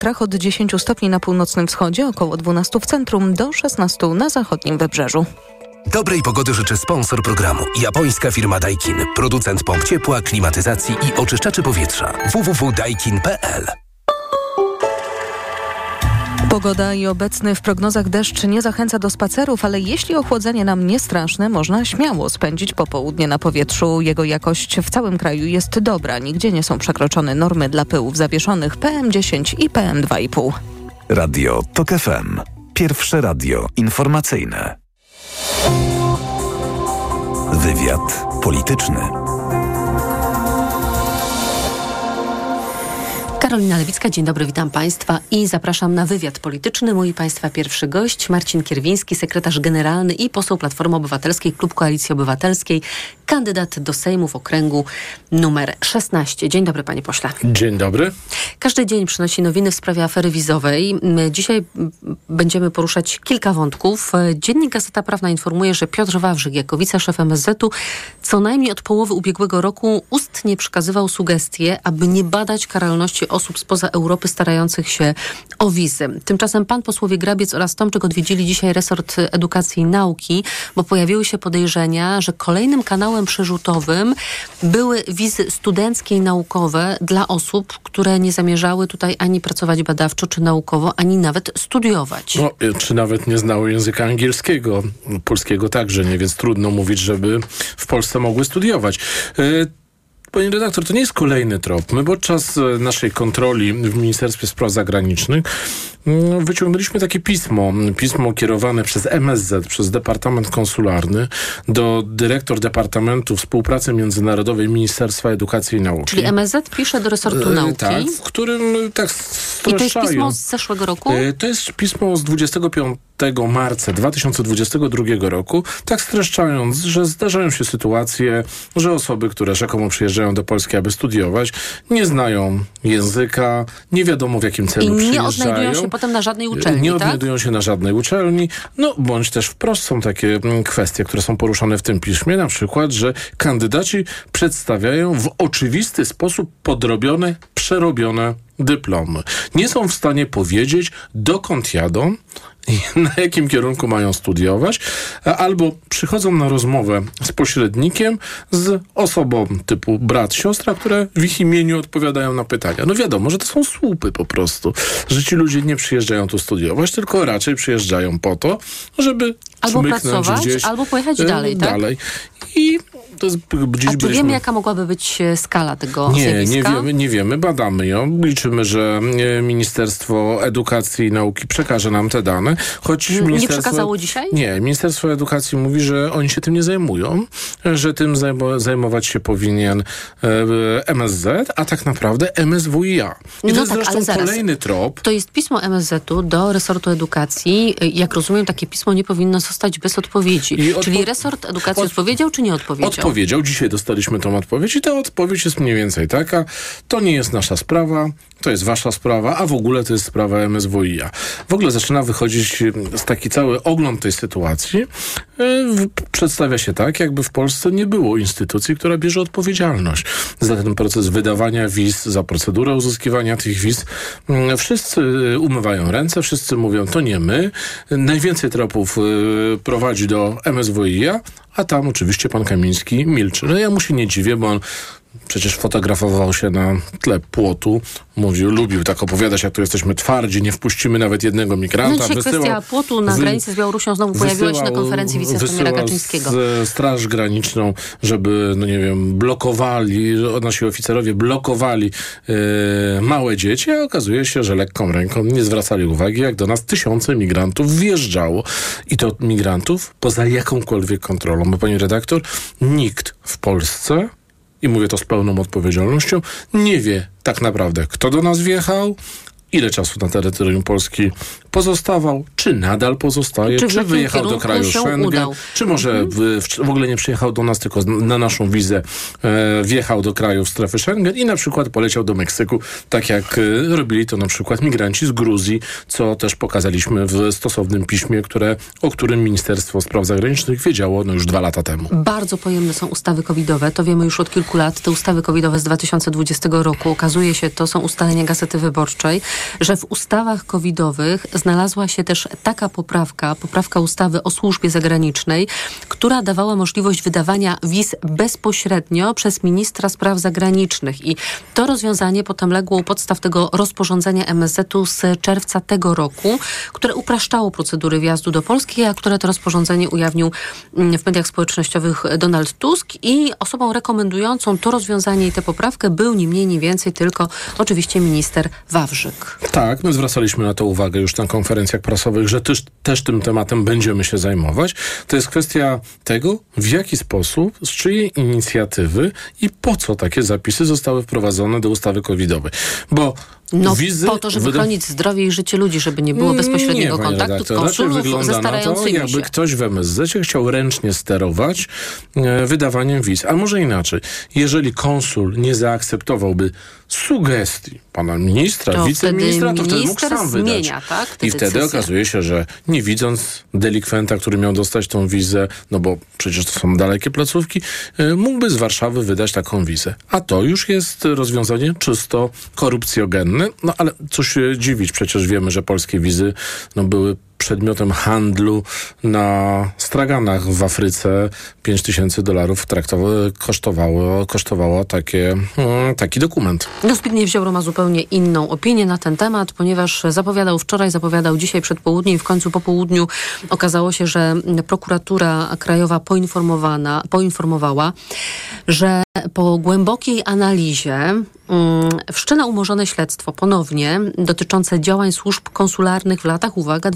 Tatrach, od 10 stopni na północnym wschodzie, około 12 w centrum, do 16 na zachodnim wybrzeżu. Dobrej pogody życzy sponsor programu. Japońska firma Daikin. Producent pomp ciepła, klimatyzacji i oczyszczaczy powietrza. www.daikin.pl. Pogoda i obecny w prognozach deszcz nie zachęca do spacerów, ale jeśli ochłodzenie nam nie straszne, można śmiało spędzić popołudnie na powietrzu. Jego jakość w całym kraju jest dobra. Nigdzie nie są przekroczone normy dla pyłów zawieszonych PM10 i PM2,5. Radio TOK FM. Pierwsze radio informacyjne. Wywiad polityczny. Karolina Lewicka, dzień dobry, witam Państwa i zapraszam na wywiad polityczny. Mój Państwa pierwszy gość, Marcin Kierwiński, sekretarz generalny i poseł Platformy Obywatelskiej, Klub Koalicji Obywatelskiej, kandydat do Sejmu w okręgu numer 16. Dzień dobry, panie pośle. Dzień dobry. Każdy dzień przynosi nowiny w sprawie afery wizowej. Dzisiaj będziemy poruszać kilka wątków. Dziennik Gazeta Prawna informuje, że Piotr Wawrzyk jako wiceszef MSZ-u co najmniej od połowy ubiegłego roku ustnie przekazywał sugestie, aby nie badać karalności osób spoza Europy starających się o wizy. Tymczasem pan posłowie Grabiec oraz Tomczyk odwiedzili dzisiaj resort edukacji i nauki, bo pojawiły się podejrzenia, że kolejnym kanałem przerzutowym były wizy studenckie i naukowe dla osób, które nie zamierzały tutaj ani pracować badawczo, czy naukowo, ani nawet studiować. No, czy nawet nie znały języka angielskiego, polskiego także nie, więc trudno mówić, żeby w Polsce mogły studiować. Panie redaktor, to nie jest kolejny trop. My podczas naszej kontroli w Ministerstwie Spraw Zagranicznych wyciągnęliśmy takie pismo kierowane przez MSZ, przez Departament Konsularny do dyrektor Departamentu Współpracy Międzynarodowej Ministerstwa Edukacji i Nauki. Czyli MSZ pisze do resortu nauki? Tak, w którym tak streszczają. I to jest pismo z zeszłego roku? To jest pismo z 25 marca 2022 roku, tak streszczając, że zdarzają się sytuacje, że osoby, które rzekomo przyjeżdżają do Polski, aby studiować, nie znają języka, nie wiadomo w jakim celu przyjeżdżają. I nie odnajdują się potem na żadnej uczelni, Nie odnajdują się na żadnej uczelni, bądź też wprost są takie kwestie, które są poruszone w tym piśmie, na przykład, że kandydaci przedstawiają w oczywisty sposób podrobione, przerobione dyplomy. Nie są w stanie powiedzieć, dokąd jadą, na jakim kierunku mają studiować, albo przychodzą na rozmowę z pośrednikiem, z osobą typu brat, siostra, które w ich imieniu odpowiadają na pytania. No wiadomo, że to są słupy po prostu, że ci ludzie nie przyjeżdżają tu studiować, tylko raczej przyjeżdżają po to, żeby albo pracować, gdzieś albo pojechać dalej, tak? I to jest, a czy wiemy, jaka mogłaby być skala tego zjawiska? Nie wiemy, badamy ją. Liczymy, że Ministerstwo Edukacji i Nauki przekaże nam te dane. Choć nie przekazało dzisiaj? Nie, Ministerstwo Edukacji mówi, że oni się tym nie zajmują, że tym zajmować się powinien MSZ, a tak naprawdę MSWiA. I to jest zresztą kolejny trop. To jest pismo MSZ-u do resortu edukacji. Jak rozumiem, takie pismo nie powinno zostać bez odpowiedzi. Czyli resort edukacji odpowiedział, czy nie odpowiedział? Odpowiedział. Dzisiaj dostaliśmy tą odpowiedź i ta odpowiedź jest mniej więcej taka. To nie jest nasza sprawa, to jest wasza sprawa, a w ogóle to jest sprawa MSWiA. W ogóle zaczyna wychodzić taki cały ogląd tej sytuacji. Przedstawia się tak, jakby w Polsce nie było instytucji, która bierze odpowiedzialność za ten proces wydawania wiz, za procedurę uzyskiwania tych wiz. Wszyscy umywają ręce, wszyscy mówią, to nie my. Najwięcej tropów prowadzi do MSWiA, a tam oczywiście pan Kamiński milczy. No ja mu się nie dziwię, bo on przecież fotografował się na tle płotu, lubił tak opowiadać, jak tu jesteśmy twardzi, nie wpuścimy nawet jednego migranta. No dzisiaj kwestia płotu na granicy z Białorusią znowu pojawiła się na konferencji wicepremiera Kaczyńskiego. Straż Graniczną, żeby, blokowali, nasi oficerowie blokowali małe dzieci, a okazuje się, że lekką ręką nie zwracali uwagi, jak do nas tysiące migrantów wjeżdżało. I to migrantów poza jakąkolwiek kontrolą. Bo pani redaktor, nikt w Polsce, i mówię to z pełną odpowiedzialnością, nie wie tak naprawdę, kto do nas wjechał, ile czasu na terytorium Polski pozostawał, czy nadal pozostaje, czy wyjechał do kraju Schengen, czy może w ogóle nie przyjechał do nas, tylko na naszą wizę wjechał do krajów strefy Schengen i na przykład poleciał do Meksyku, tak jak robili to na przykład migranci z Gruzji, co też pokazaliśmy w stosownym piśmie, o którym Ministerstwo Spraw Zagranicznych wiedziało już 2 lata temu. Bardzo pojemne są ustawy covidowe, to wiemy już od kilku lat. Te ustawy covidowe z 2020 roku, okazuje się, to są ustalenia Gazety Wyborczej, że w ustawach covidowych znalazła się też taka poprawka ustawy o służbie zagranicznej, która dawała możliwość wydawania wiz bezpośrednio przez ministra spraw zagranicznych. I to rozwiązanie potem legło u podstaw tego rozporządzenia MSZ-u z czerwca tego roku, które upraszczało procedury wjazdu do Polski, a które to rozporządzenie ujawnił w mediach społecznościowych Donald Tusk i osobą rekomendującą to rozwiązanie i tę poprawkę był ni mniej, ni więcej, tylko oczywiście minister Wawrzyk. Tak, my zwracaliśmy na to uwagę już na konferencjach prasowych, że też tym tematem będziemy się zajmować. To jest kwestia tego, w jaki sposób, z czyjej inicjatywy i po co takie zapisy zostały wprowadzone do ustawy covidowej. Bo wizy po to, żeby chronić zdrowie i życie ludzi, żeby nie było bezpośredniego kontaktu z konsulów ze starającymi się. Jakby ktoś w MSZ chciał ręcznie sterować wydawaniem wiz. A może inaczej. Jeżeli konsul nie zaakceptowałby sugestii pana ministra, wiceministra, to wtedy mógł sam wydać. I wtedy okazuje się, że nie widząc delikwenta, który miał dostać tą wizę, no bo przecież to są dalekie placówki, mógłby z Warszawy wydać taką wizę. A to już jest rozwiązanie czysto korupcjogenne. No ale co się dziwić, przecież wiemy, że polskie wizy były przedmiotem handlu na straganach w Afryce. $5000 kosztowało taki dokument. Zbigniew Ziobro ma zupełnie inną opinię na ten temat, ponieważ zapowiadał wczoraj, zapowiadał dzisiaj przed południem i w końcu po południu okazało się, że prokuratura krajowa poinformowała, że po głębokiej analizie wszczyna umorzone śledztwo ponownie dotyczące działań służb konsularnych w latach, uwaga,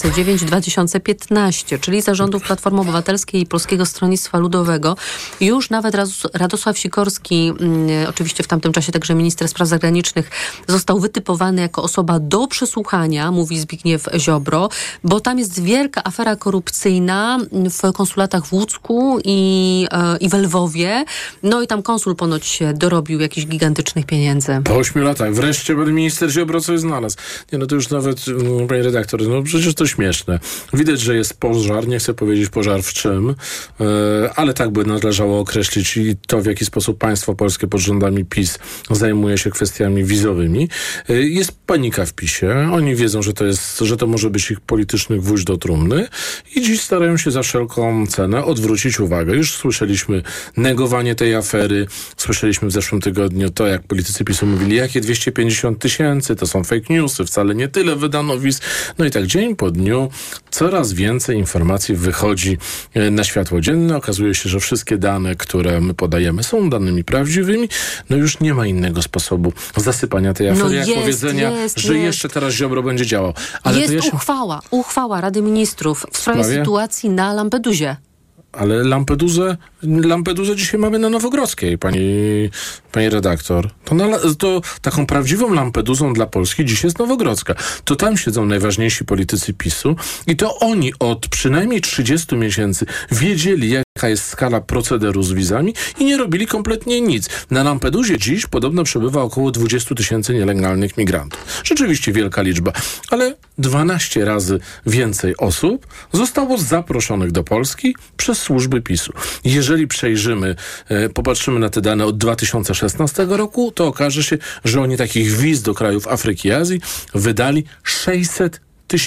2009-2015, czyli zarządów Platformy Obywatelskiej i Polskiego Stronnictwa Ludowego. Już nawet Radosław Sikorski, oczywiście w tamtym czasie także minister spraw zagranicznych, został wytypowany jako osoba do przesłuchania, mówi Zbigniew Ziobro, bo tam jest wielka afera korupcyjna w konsulatach w Łódzku i we Lwowie. No i tam konsul ponoć się dorobił jakichś gigantycznych pieniędzy. Po 8 latach. Wreszcie minister Ziobro coś znalazł. Nie, to już nawet, panie redaktor, przecież to śmieszne. Widać, że jest pożar, nie chcę powiedzieć pożar w czym, ale tak by należało określić i to, w jaki sposób państwo polskie pod rządami PiS zajmuje się kwestiami wizowymi. Jest panika w PiS-ie. Oni wiedzą, że to może być ich polityczny gwóźdź do trumny i dziś starają się za wszelką cenę odwrócić uwagę. Już słyszeliśmy negowanie tej afery, słyszeliśmy w zeszłym tygodniu to, jak politycy PiS-u mówili, jakie 250 000, to są fake newsy, wcale nie tyle wydano wiz. No i tak dzień po dniu coraz więcej informacji wychodzi na światło dzienne. Okazuje się, że wszystkie dane, które my podajemy, są danymi prawdziwymi. No już nie ma innego sposobu zasypania tej afery, jak powiedzenia, że jeszcze teraz Ziobro będzie działał. Ale jest uchwała Rady Ministrów w sprawie sytuacji na Lampedusie. Ale Lampedusę dzisiaj mamy na Nowogrodzkiej, pani redaktor. To taką prawdziwą Lampedusą dla Polski dziś jest Nowogrodzka. To tam siedzą najważniejsi politycy PiS-u i to oni od przynajmniej 30 miesięcy wiedzieli, jaka jest skala procederu z wizami i nie robili kompletnie nic. Na Lampedusie dziś podobno przebywa około 20 000 nielegalnych migrantów. Rzeczywiście wielka liczba, ale 12 razy więcej osób zostało zaproszonych do Polski przez służby PiS-u. Jeżeli popatrzymy na te dane od 2016 roku, to okaże się, że oni takich wiz do krajów Afryki i Azji wydali 600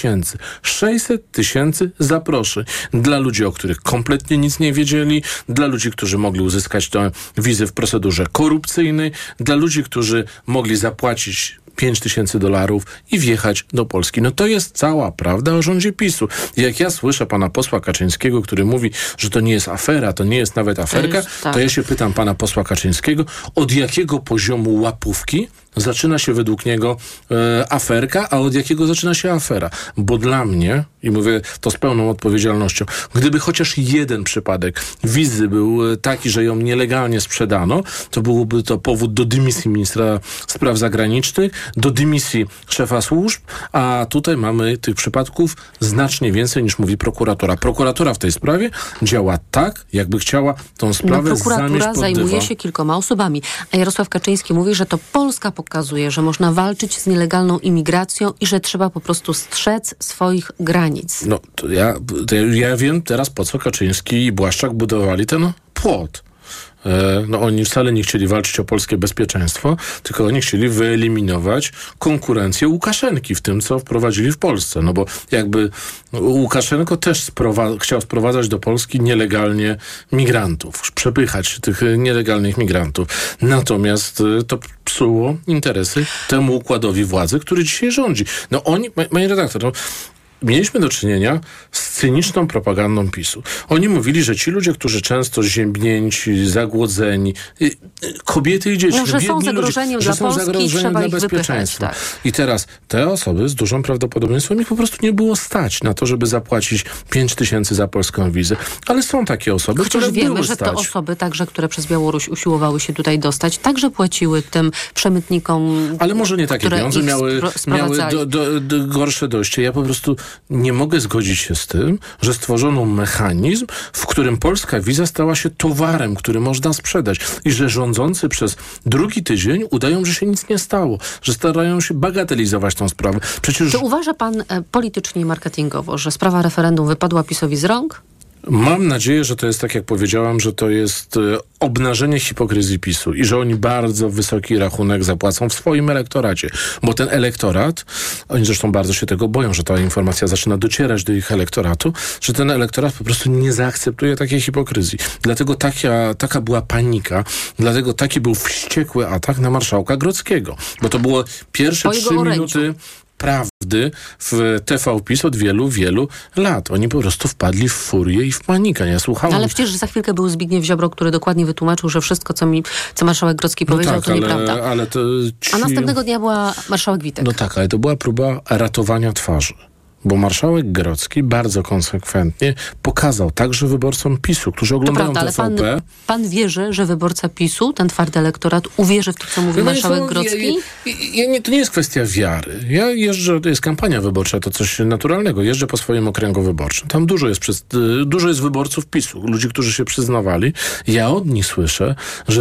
000 zaproszeń dla ludzi, o których kompletnie nic nie wiedzieli, dla ludzi, którzy mogli uzyskać tę wizę w procedurze korupcyjnej, dla ludzi, którzy mogli zapłacić $5000 i wjechać do Polski. No to jest cała prawda o rządzie PiS-u. Jak ja słyszę pana posła Kaczyńskiego, który mówi, że to nie jest afera, to nie jest nawet aferka, to ja się pytam pana posła Kaczyńskiego, od jakiego poziomu łapówki zaczyna się według niego aferka, a od jakiego zaczyna się afera. Bo dla mnie, i mówię to z pełną odpowiedzialnością, gdyby chociaż jeden przypadek wizy był taki, że ją nielegalnie sprzedano, to byłoby to powód do dymisji ministra spraw zagranicznych, do dymisji szefa służb, a tutaj mamy tych przypadków znacznie więcej niż mówi prokuratura. Prokuratura w tej sprawie działa tak, jakby chciała tą sprawę zamieść pod dywan. Prokuratura zajmuje się kilkoma osobami, a Jarosław Kaczyński mówi, że to Polska pokazuje, że można walczyć z nielegalną imigracją i że trzeba po prostu strzec swoich granic. No, ja wiem teraz, po co Kaczyński i Błaszczak budowali ten płot. No oni wcale nie chcieli walczyć o polskie bezpieczeństwo, tylko oni chcieli wyeliminować konkurencję Łukaszenki w tym, co wprowadzili w Polsce. No bo jakby Łukaszenko też chciał sprowadzać do Polski nielegalnie migrantów, przepychać tych nielegalnych migrantów. Natomiast to psuło interesy temu układowi władzy, który dzisiaj rządzi. No oni, panie redaktor, mieliśmy do czynienia z cyniczną propagandą PiS-u. Oni mówili, że ci ludzie, którzy często ziębnięci, zagłodzeni, kobiety i dzieci, że są zagrożeniem dla Polski, trzeba ich bezpieczeństwa. Tak. I teraz te osoby z dużym prawdopodobieństwem ich po prostu nie było stać na to, żeby zapłacić 5 000 za polską wizę. Ale są takie osoby, które wiemy, były że stać. te osoby także, które przez Białoruś usiłowały się tutaj dostać, także płaciły tym przemytnikom. Ale może nie takie pieniądze, miały gorsze dojście. Ja po prostu nie mogę zgodzić się z tym, że stworzono mechanizm, w którym polska wiza stała się towarem, który można sprzedać i że rządzący przez drugi tydzień udają, że się nic nie stało, że starają się bagatelizować tą sprawę. Przecież... Czy uważa pan politycznie i marketingowo, że sprawa referendum wypadła PiS-owi z rąk? Mam nadzieję, że to jest tak, jak powiedziałam, że to jest obnażenie hipokryzji PiS-u i że oni bardzo wysoki rachunek zapłacą w swoim elektoracie. Bo ten elektorat, oni zresztą bardzo się tego boją, że ta informacja zaczyna docierać do ich elektoratu, że ten elektorat po prostu nie zaakceptuje takiej hipokryzji. Dlatego taka była panika, dlatego taki był wściekły atak na marszałka Grodzkiego. Bo to było pierwsze 3 minuty prawdy w TV PiS od wielu, wielu lat. Oni po prostu wpadli w furię i w panikę. Ja słuchałem... Ale przecież za chwilkę był Zbigniew Ziobro, który dokładnie wytłumaczył, że wszystko, co marszałek Grodzki powiedział, to nieprawda. A następnego dnia była marszałek Witek. No tak, ale to była próba ratowania twarzy. Bo marszałek Grodzki bardzo konsekwentnie pokazał także wyborcom PiS-u, którzy oglądają TVP... Ale pan wierzy, że wyborca PiS-u, ten twardy elektorat, uwierzy w to, co mówi marszałek Grodzki? To nie jest kwestia wiary. Ja jeżdżę, to jest kampania wyborcza, to coś naturalnego. Jeżdżę po swoim okręgu wyborczym. Tam dużo jest wyborców PiS-u, ludzi, którzy się przyznawali. Ja od nich słyszę, że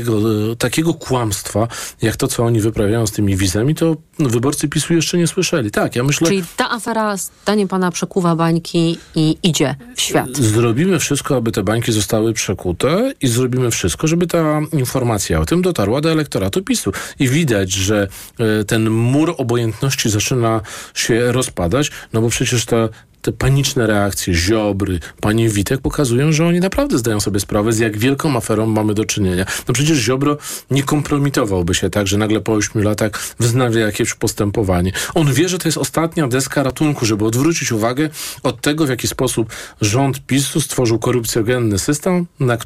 takiego kłamstwa, jak to, co oni wyprawiają z tymi wizami, to wyborcy PiS-u jeszcze nie słyszeli. Tak, ja myślę... Czyli ta afera, zdaniem pana, przekuwa bańki i idzie w świat. Zrobimy wszystko, aby te bańki zostały przekute i zrobimy wszystko, żeby ta informacja o tym dotarła do elektoratu PiS-u. I widać, że ten mur obojętności zaczyna się rozpadać, no bo przecież te paniczne reakcje Ziobry, pani Witek pokazują, że oni naprawdę zdają sobie sprawę, z jak wielką aferą mamy do czynienia. No przecież Ziobro nie kompromitowałby się tak, że nagle po 8 latach wznawia jakieś postępowanie. On wie, że to jest ostatnia deska ratunku, żeby odwrócić uwagę od tego, w jaki sposób rząd PiS-u stworzył korupcjogenny system,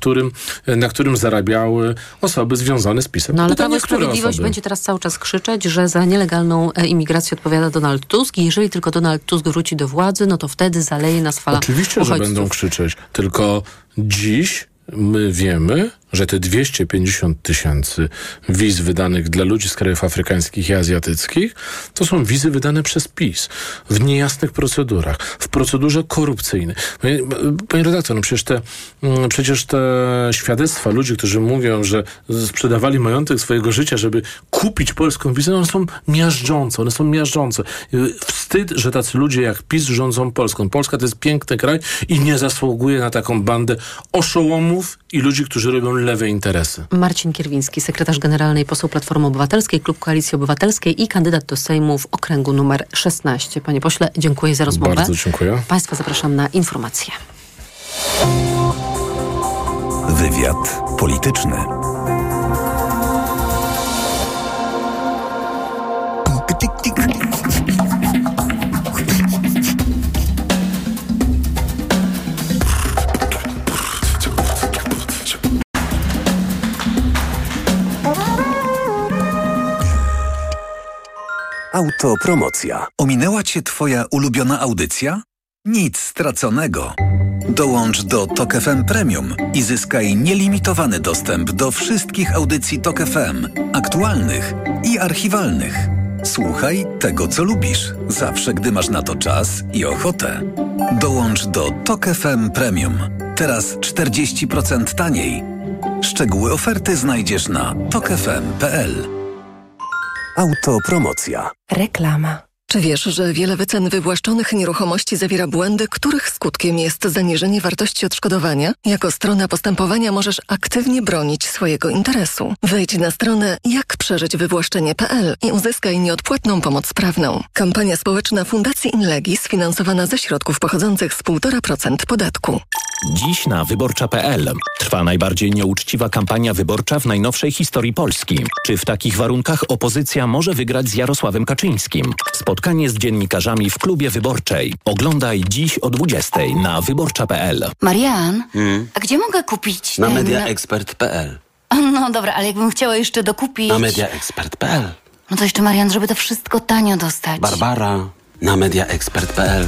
na którym zarabiały osoby związane z PiS-em. No ale Prawo i Sprawiedliwość będzie teraz cały czas krzyczeć, że za nielegalną imigrację odpowiada Donald Tusk i jeżeli tylko Donald Tusk wróci do władzy, no to wtedy zaleje nas fala Oczywiście, uchodźców. Że będą krzyczeć. Tylko dziś my wiemy, że te 250 000 wiz wydanych dla ludzi z krajów afrykańskich i azjatyckich to są wizy wydane przez PiS w niejasnych procedurach, w procedurze korupcyjnej. Panie redaktor, no przecież te świadectwa ludzi, którzy mówią, że sprzedawali majątek swojego życia, żeby kupić polską wizę, one są miażdżące. Wstyd, że tacy ludzie jak PiS rządzą Polską. Polska to jest piękny kraj i nie zasługuje na taką bandę oszołomów i ludzi, którzy robią lewe interesy. Marcin Kierwiński, sekretarz generalny i poseł Platformy Obywatelskiej, Klub Koalicji Obywatelskiej i kandydat do Sejmu w okręgu numer 16. Panie pośle, dziękuję za rozmowę. Bardzo dziękuję. Państwa zapraszam na informacje. Wywiad polityczny. Autopromocja. Ominęła Cię Twoja ulubiona audycja? Nic straconego. Dołącz do TOK FM Premium i zyskaj nielimitowany dostęp do wszystkich audycji TOK FM, aktualnych i archiwalnych. Słuchaj tego, co lubisz, zawsze, gdy masz na to czas i ochotę. Dołącz do TOK FM Premium. Teraz 40% taniej. Szczegóły oferty znajdziesz na tokfm.pl. Autopromocja. Reklama. Czy wiesz, że wiele wycen wywłaszczonych nieruchomości zawiera błędy, których skutkiem jest zaniżenie wartości odszkodowania? Jako strona postępowania możesz aktywnie bronić swojego interesu. Wejdź na stronę jakprzeżyćwywłaszczenie.pl i uzyskaj nieodpłatną pomoc prawną. Kampania społeczna Fundacji Inlegi sfinansowana ze środków pochodzących z 1,5% podatku. Dziś na wyborcza.pl trwa najbardziej nieuczciwa kampania wyborcza w najnowszej historii Polski. Czy w takich warunkach opozycja może wygrać z Jarosławem Kaczyńskim? Spotkanie z dziennikarzami w klubie wyborczej. Oglądaj dziś o 20:00 na wyborcza.pl. Marian, a gdzie mogę kupić Na mediaexpert.pl. No dobra, ale jakbym chciała jeszcze dokupić... Na mediaexpert.pl. No to jeszcze, Marian, żeby to wszystko tanio dostać. Barbara, na mediaexpert.pl.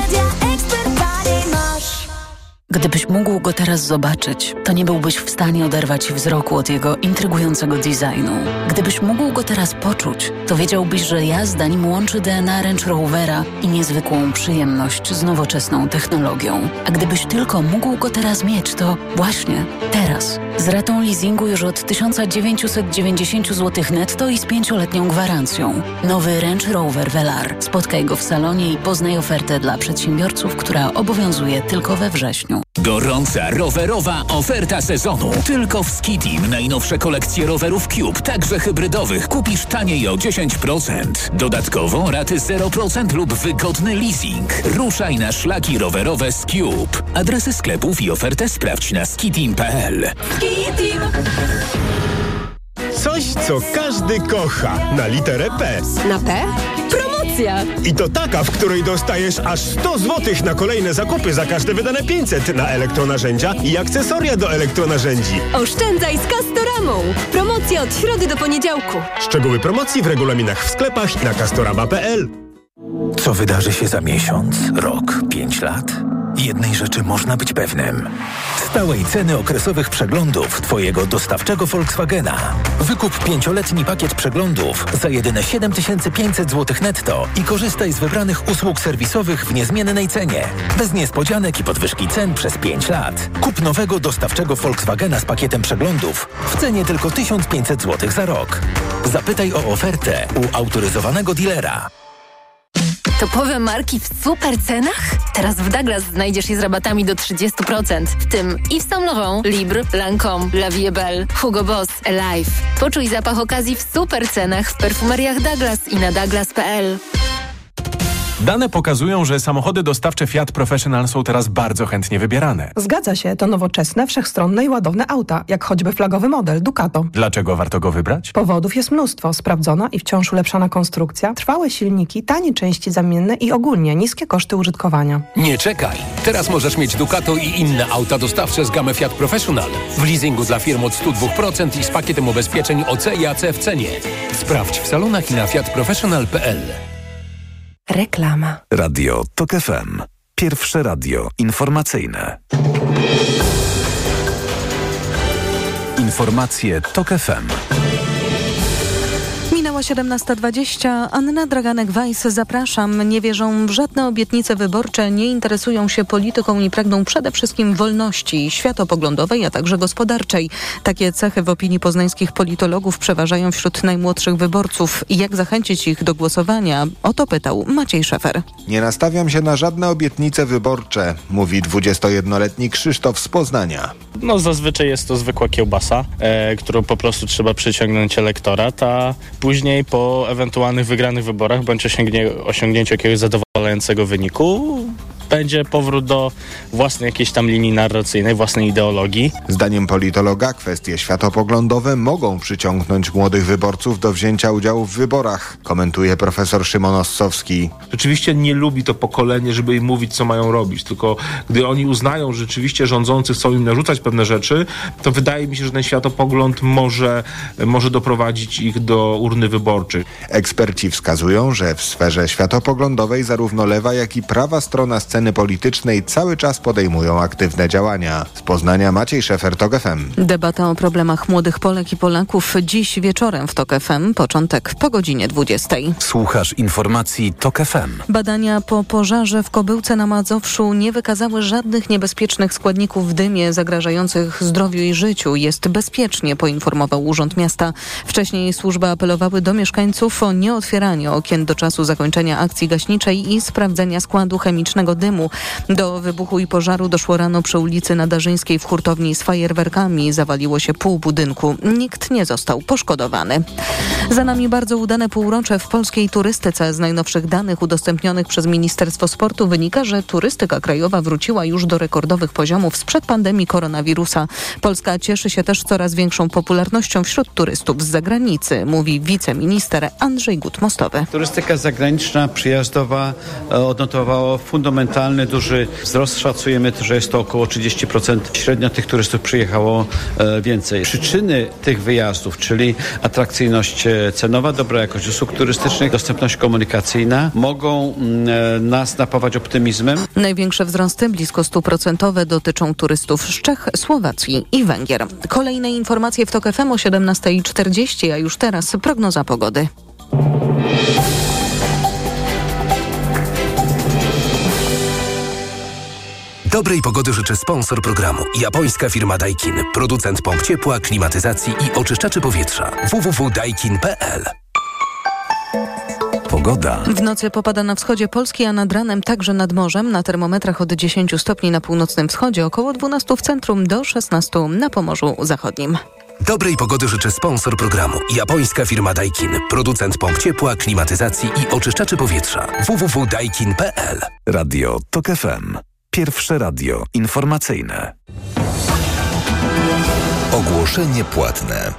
Gdybyś mógł go teraz zobaczyć, to nie byłbyś w stanie oderwać wzroku od jego intrygującego designu. Gdybyś mógł go teraz poczuć, to wiedziałbyś, że jazda nim łączy DNA Range Rovera i niezwykłą przyjemność z nowoczesną technologią. A gdybyś tylko mógł go teraz mieć, to właśnie teraz. Z ratą leasingu już od 1990 zł netto i z 5-letnią gwarancją. Nowy Range Rover Velar. Spotkaj go w salonie i poznaj ofertę dla przedsiębiorców, która obowiązuje tylko we wrześniu. Gorąca rowerowa oferta sezonu. Tylko w Skitim najnowsze kolekcje rowerów Cube, także hybrydowych, kupisz taniej o 10%. Dodatkowo raty 0% lub wygodny leasing. Ruszaj na szlaki rowerowe z Cube. Adresy sklepów i ofertę sprawdź na skitim.pl. Skitim! Coś, co każdy kocha. Na literę P. Na P? Promocja! I to taka, w której dostajesz aż 100 zł na kolejne zakupy za każde wydane 500 na elektronarzędzia i akcesoria do elektronarzędzi. Oszczędzaj z Castoramą! Promocja od środy do poniedziałku. Szczegóły promocji w regulaminach w sklepach i na castorama.pl. Co wydarzy się za miesiąc, rok, 5 lat? Jednej rzeczy można być pewnym. Stałej ceny okresowych przeglądów Twojego dostawczego Volkswagena. Wykup 5-letni pakiet przeglądów za jedyne 7500 zł netto i korzystaj z wybranych usług serwisowych w niezmiennej cenie. Bez niespodzianek i podwyżki cen przez 5 lat. Kup nowego dostawczego Volkswagena z pakietem przeglądów w cenie tylko 1500 zł za rok. Zapytaj o ofertę u autoryzowanego dealera. Topowe marki w super cenach? Teraz w Douglas znajdziesz je z rabatami do 30%. W tym Yves Saint Laurent, Libre, Lancôme, La Vie est Belle, Hugo Boss, Alive. Poczuj zapach okazji w super cenach w perfumeriach Douglas i na douglas.pl. Dane pokazują, że samochody dostawcze Fiat Professional są teraz bardzo chętnie wybierane. Zgadza się, to nowoczesne, wszechstronne i ładowne auta, jak choćby flagowy model Ducato. Dlaczego warto go wybrać? Powodów jest mnóstwo. Sprawdzona i wciąż ulepszana konstrukcja, trwałe silniki, tanie części zamienne i ogólnie niskie koszty użytkowania. Nie czekaj! Teraz możesz mieć Ducato i inne auta dostawcze z gamy Fiat Professional. W leasingu dla firm od 102% i z pakietem ubezpieczeń OC i AC w cenie. Sprawdź w salonach i na fiatprofessional.pl. Reklama. Radio TOK FM. Pierwsze radio informacyjne. Informacje TOK FM. Minęła 17:20. Anna Draganek-Weiss, zapraszam. Nie wierzą w żadne obietnice wyborcze, nie interesują się polityką i pragną przede wszystkim wolności światopoglądowej, a także gospodarczej. Takie cechy w opinii poznańskich politologów przeważają wśród najmłodszych wyborców. Jak zachęcić ich do głosowania? O to pytał Maciej Szefer. Nie nastawiam się na żadne obietnice wyborcze, mówi 21-letni Krzysztof z Poznania. No zazwyczaj jest to zwykła kiełbasa, którą po prostu trzeba przyciągnąć elektorat, a później po ewentualnych wygranych wyborach bądź osiągnięciu jakiegoś zadowalającego wyniku będzie powrót do własnej jakiejś tam linii narracyjnej, własnej ideologii. Zdaniem politologa kwestie światopoglądowe mogą przyciągnąć młodych wyborców do wzięcia udziału w wyborach, komentuje profesor Szymon Ossowski. Rzeczywiście nie lubi to pokolenie, żeby im mówić, co mają robić, tylko gdy oni uznają, że rzeczywiście rządzący chcą im narzucać pewne rzeczy, to wydaje mi się, że ten światopogląd może doprowadzić ich do urny wyborczej. Eksperci wskazują, że w sferze światopoglądowej zarówno lewa, jak i prawa strona sceny politycznej cały czas podejmują aktywne działania. Z Poznania Maciej Szefer, TOK FM. Debata o problemach młodych Polek i Polaków dziś wieczorem w TOK FM, początek po godzinie 20. Słuchasz informacji TOK FM. Badania po pożarze w Kobyłce na Mazowszu nie wykazały żadnych niebezpiecznych składników w dymie zagrażających zdrowiu i życiu. Jest bezpiecznie, poinformował Urząd Miasta. Wcześniej służby apelowały do mieszkańców o nieotwieranie okien do czasu zakończenia akcji gaśniczej i sprawdzenia składu chemicznego dymu. Do wybuchu i pożaru doszło rano przy ulicy Nadarzyńskiej w hurtowni z fajerwerkami. Zawaliło się pół budynku. Nikt nie został poszkodowany. Za nami bardzo udane półrocze w polskiej turystyce. Z najnowszych danych udostępnionych przez Ministerstwo Sportu wynika, że turystyka krajowa wróciła już do rekordowych poziomów sprzed pandemii koronawirusa. Polska cieszy się też coraz większą popularnością wśród turystów z zagranicy, mówi wiceminister Andrzej Gut-Mostowy. Turystyka zagraniczna, przyjazdowa odnotowała fundamentalny, duży wzrost. Szacujemy, że jest to około 30%. Średnio tych turystów przyjechało więcej. Przyczyny tych wyjazdów, czyli atrakcyjność cenowa, dobra jakość usług turystycznych, dostępność komunikacyjna, mogą nas napawać optymizmem. Największe wzrosty, blisko 100%, dotyczą turystów z Czech, Słowacji i Węgier. Kolejne informacje w TOK FM o 17:40, a już teraz prognoza pogody. Dobrej pogody życzy sponsor programu. Japońska firma Daikin. Producent pomp ciepła, klimatyzacji i oczyszczaczy powietrza. www.daikin.pl. Pogoda. W nocy popada na wschodzie Polski, a nad ranem także nad morzem. Na termometrach od 10 stopni na północnym wschodzie, około 12 w centrum, do 16 na Pomorzu Zachodnim. Dobrej pogody życzy sponsor programu. Japońska firma Daikin. Producent pomp ciepła, klimatyzacji i oczyszczaczy powietrza. www.daikin.pl. Radio TOK FM. Pierwsze radio informacyjne. Ogłoszenie płatne.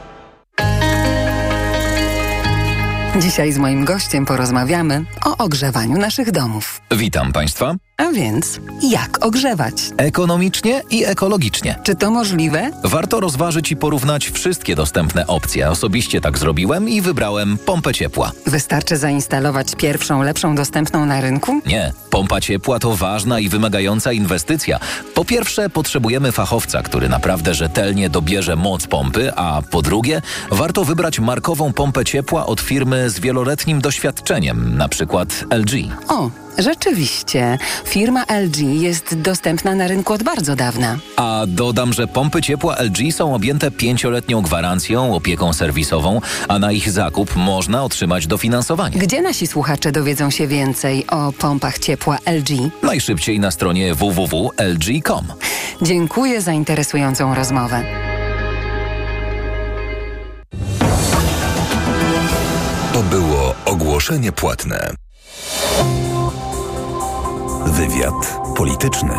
Dzisiaj z moim gościem porozmawiamy o ogrzewaniu naszych domów. Witam Państwa. A więc, jak ogrzewać? Ekonomicznie i ekologicznie. Czy to możliwe? Warto rozważyć i porównać wszystkie dostępne opcje. Osobiście tak zrobiłem i wybrałem pompę ciepła. Wystarczy zainstalować pierwszą, lepszą dostępną na rynku? Nie. Pompa ciepła to ważna i wymagająca inwestycja. Po pierwsze, potrzebujemy fachowca, który naprawdę rzetelnie dobierze moc pompy, a po drugie, warto wybrać markową pompę ciepła od firmy z wieloletnim doświadczeniem, na przykład LG. O, rzeczywiście. Firma LG jest dostępna na rynku od bardzo dawna. A dodam, że pompy ciepła LG są objęte 5-letnią gwarancją, opieką serwisową, a na ich zakup można otrzymać dofinansowanie. Gdzie nasi słuchacze dowiedzą się więcej o pompach ciepła LG? Najszybciej na stronie www.lg.com. Dziękuję za interesującą rozmowę. To było ogłoszenie płatne. Wywiad polityczny.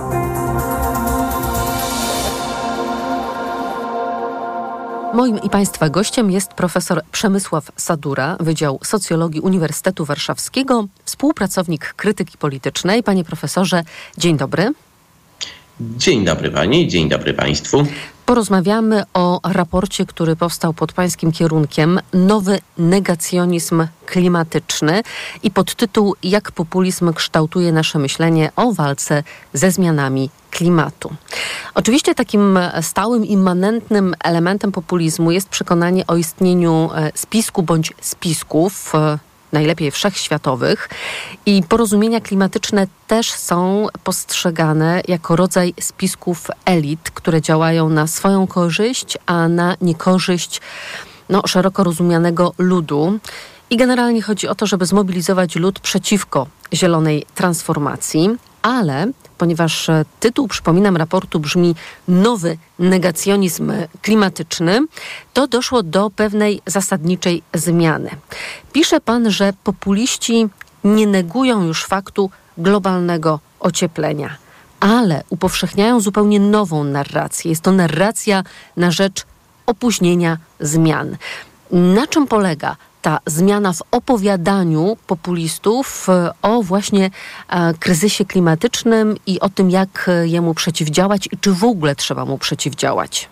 Moim i Państwa gościem jest profesor Przemysław Sadura, Wydział Socjologii Uniwersytetu Warszawskiego, współpracownik krytyki politycznej. Panie profesorze, dzień dobry. Dzień dobry Pani, dzień dobry Państwu. Porozmawiamy o raporcie, który powstał pod pańskim kierunkiem, Nowy negacjonizm klimatyczny i podtytuł Jak populizm kształtuje nasze myślenie o walce ze zmianami klimatu. Oczywiście takim stałym, immanentnym elementem populizmu jest przekonanie o istnieniu spisku bądź spisków, najlepiej wszechświatowych, i porozumienia klimatyczne też są postrzegane jako rodzaj spisków elit, które działają na swoją korzyść, a na niekorzyść szeroko rozumianego ludu. I generalnie chodzi o to, żeby zmobilizować lud przeciwko zielonej transformacji, ale ponieważ tytuł, przypominam, raportu brzmi Nowy negacjonizm klimatyczny, to doszło do pewnej zasadniczej zmiany. Pisze pan, że populiści nie negują już faktu globalnego ocieplenia. Ale upowszechniają zupełnie nową narrację. Jest to narracja na rzecz opóźnienia zmian. Na czym polega ta zmiana w opowiadaniu populistów o właśnie kryzysie klimatycznym i o tym, jak jemu przeciwdziałać i czy w ogóle trzeba mu przeciwdziałać?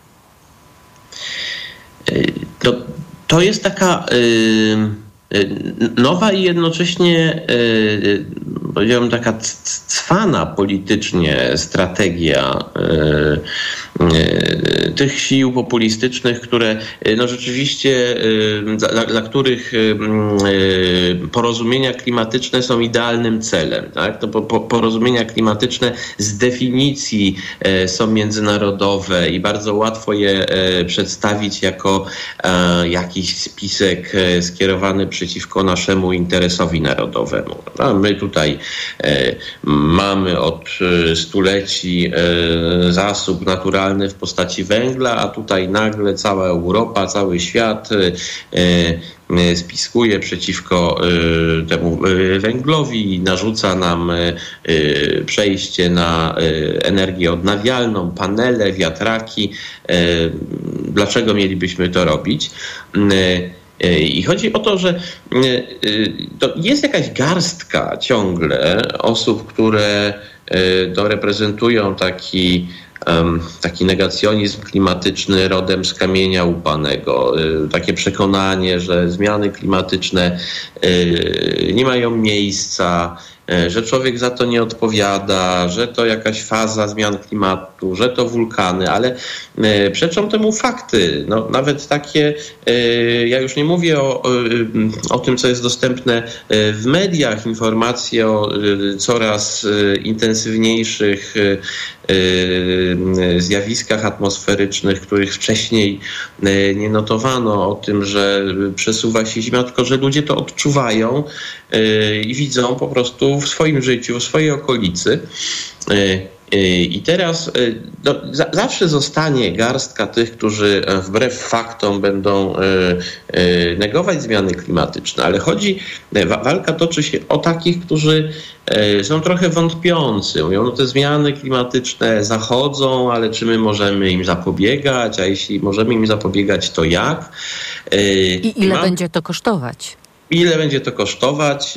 To jest taka nowa i jednocześnie powiedziałbym taka cwana politycznie strategia tych sił populistycznych, które no rzeczywiście dla których porozumienia klimatyczne są idealnym celem. Tak? To porozumienia klimatyczne z definicji są międzynarodowe i bardzo łatwo je przedstawić jako jakiś spisek skierowany przeciwko naszemu interesowi narodowemu. A my tutaj mamy od stuleci zasób naturalny w postaci węgla, a tutaj nagle cała Europa, cały świat spiskuje przeciwko temu węglowi i narzuca nam przejście na energię odnawialną, panele, wiatraki. Dlaczego mielibyśmy to robić? I chodzi o to, że to jest jakaś garstka ciągle osób, które reprezentują taki negacjonizm klimatyczny rodem z kamienia łupanego. Takie przekonanie, że zmiany klimatyczne nie mają miejsca, że człowiek za to nie odpowiada, że to jakaś faza zmian klimatu, że to wulkany, ale przeczą temu fakty. No, nawet takie, ja już nie mówię o tym, co jest dostępne w mediach, informacje o coraz intensywniejszych zjawiskach atmosferycznych, których wcześniej nie notowano, o tym, że przesuwa się Ziemia, tylko że ludzie to odczuwają i widzą po prostu w swoim życiu, w swojej okolicy. I teraz zawsze zostanie garstka tych, którzy wbrew faktom będą negować zmiany klimatyczne, ale walka toczy się o takich, którzy są trochę wątpiący. Mówią, no te zmiany klimatyczne zachodzą, ale czy my możemy im zapobiegać, a jeśli możemy im zapobiegać, to jak? I ile będzie to kosztować? Ile będzie to kosztować?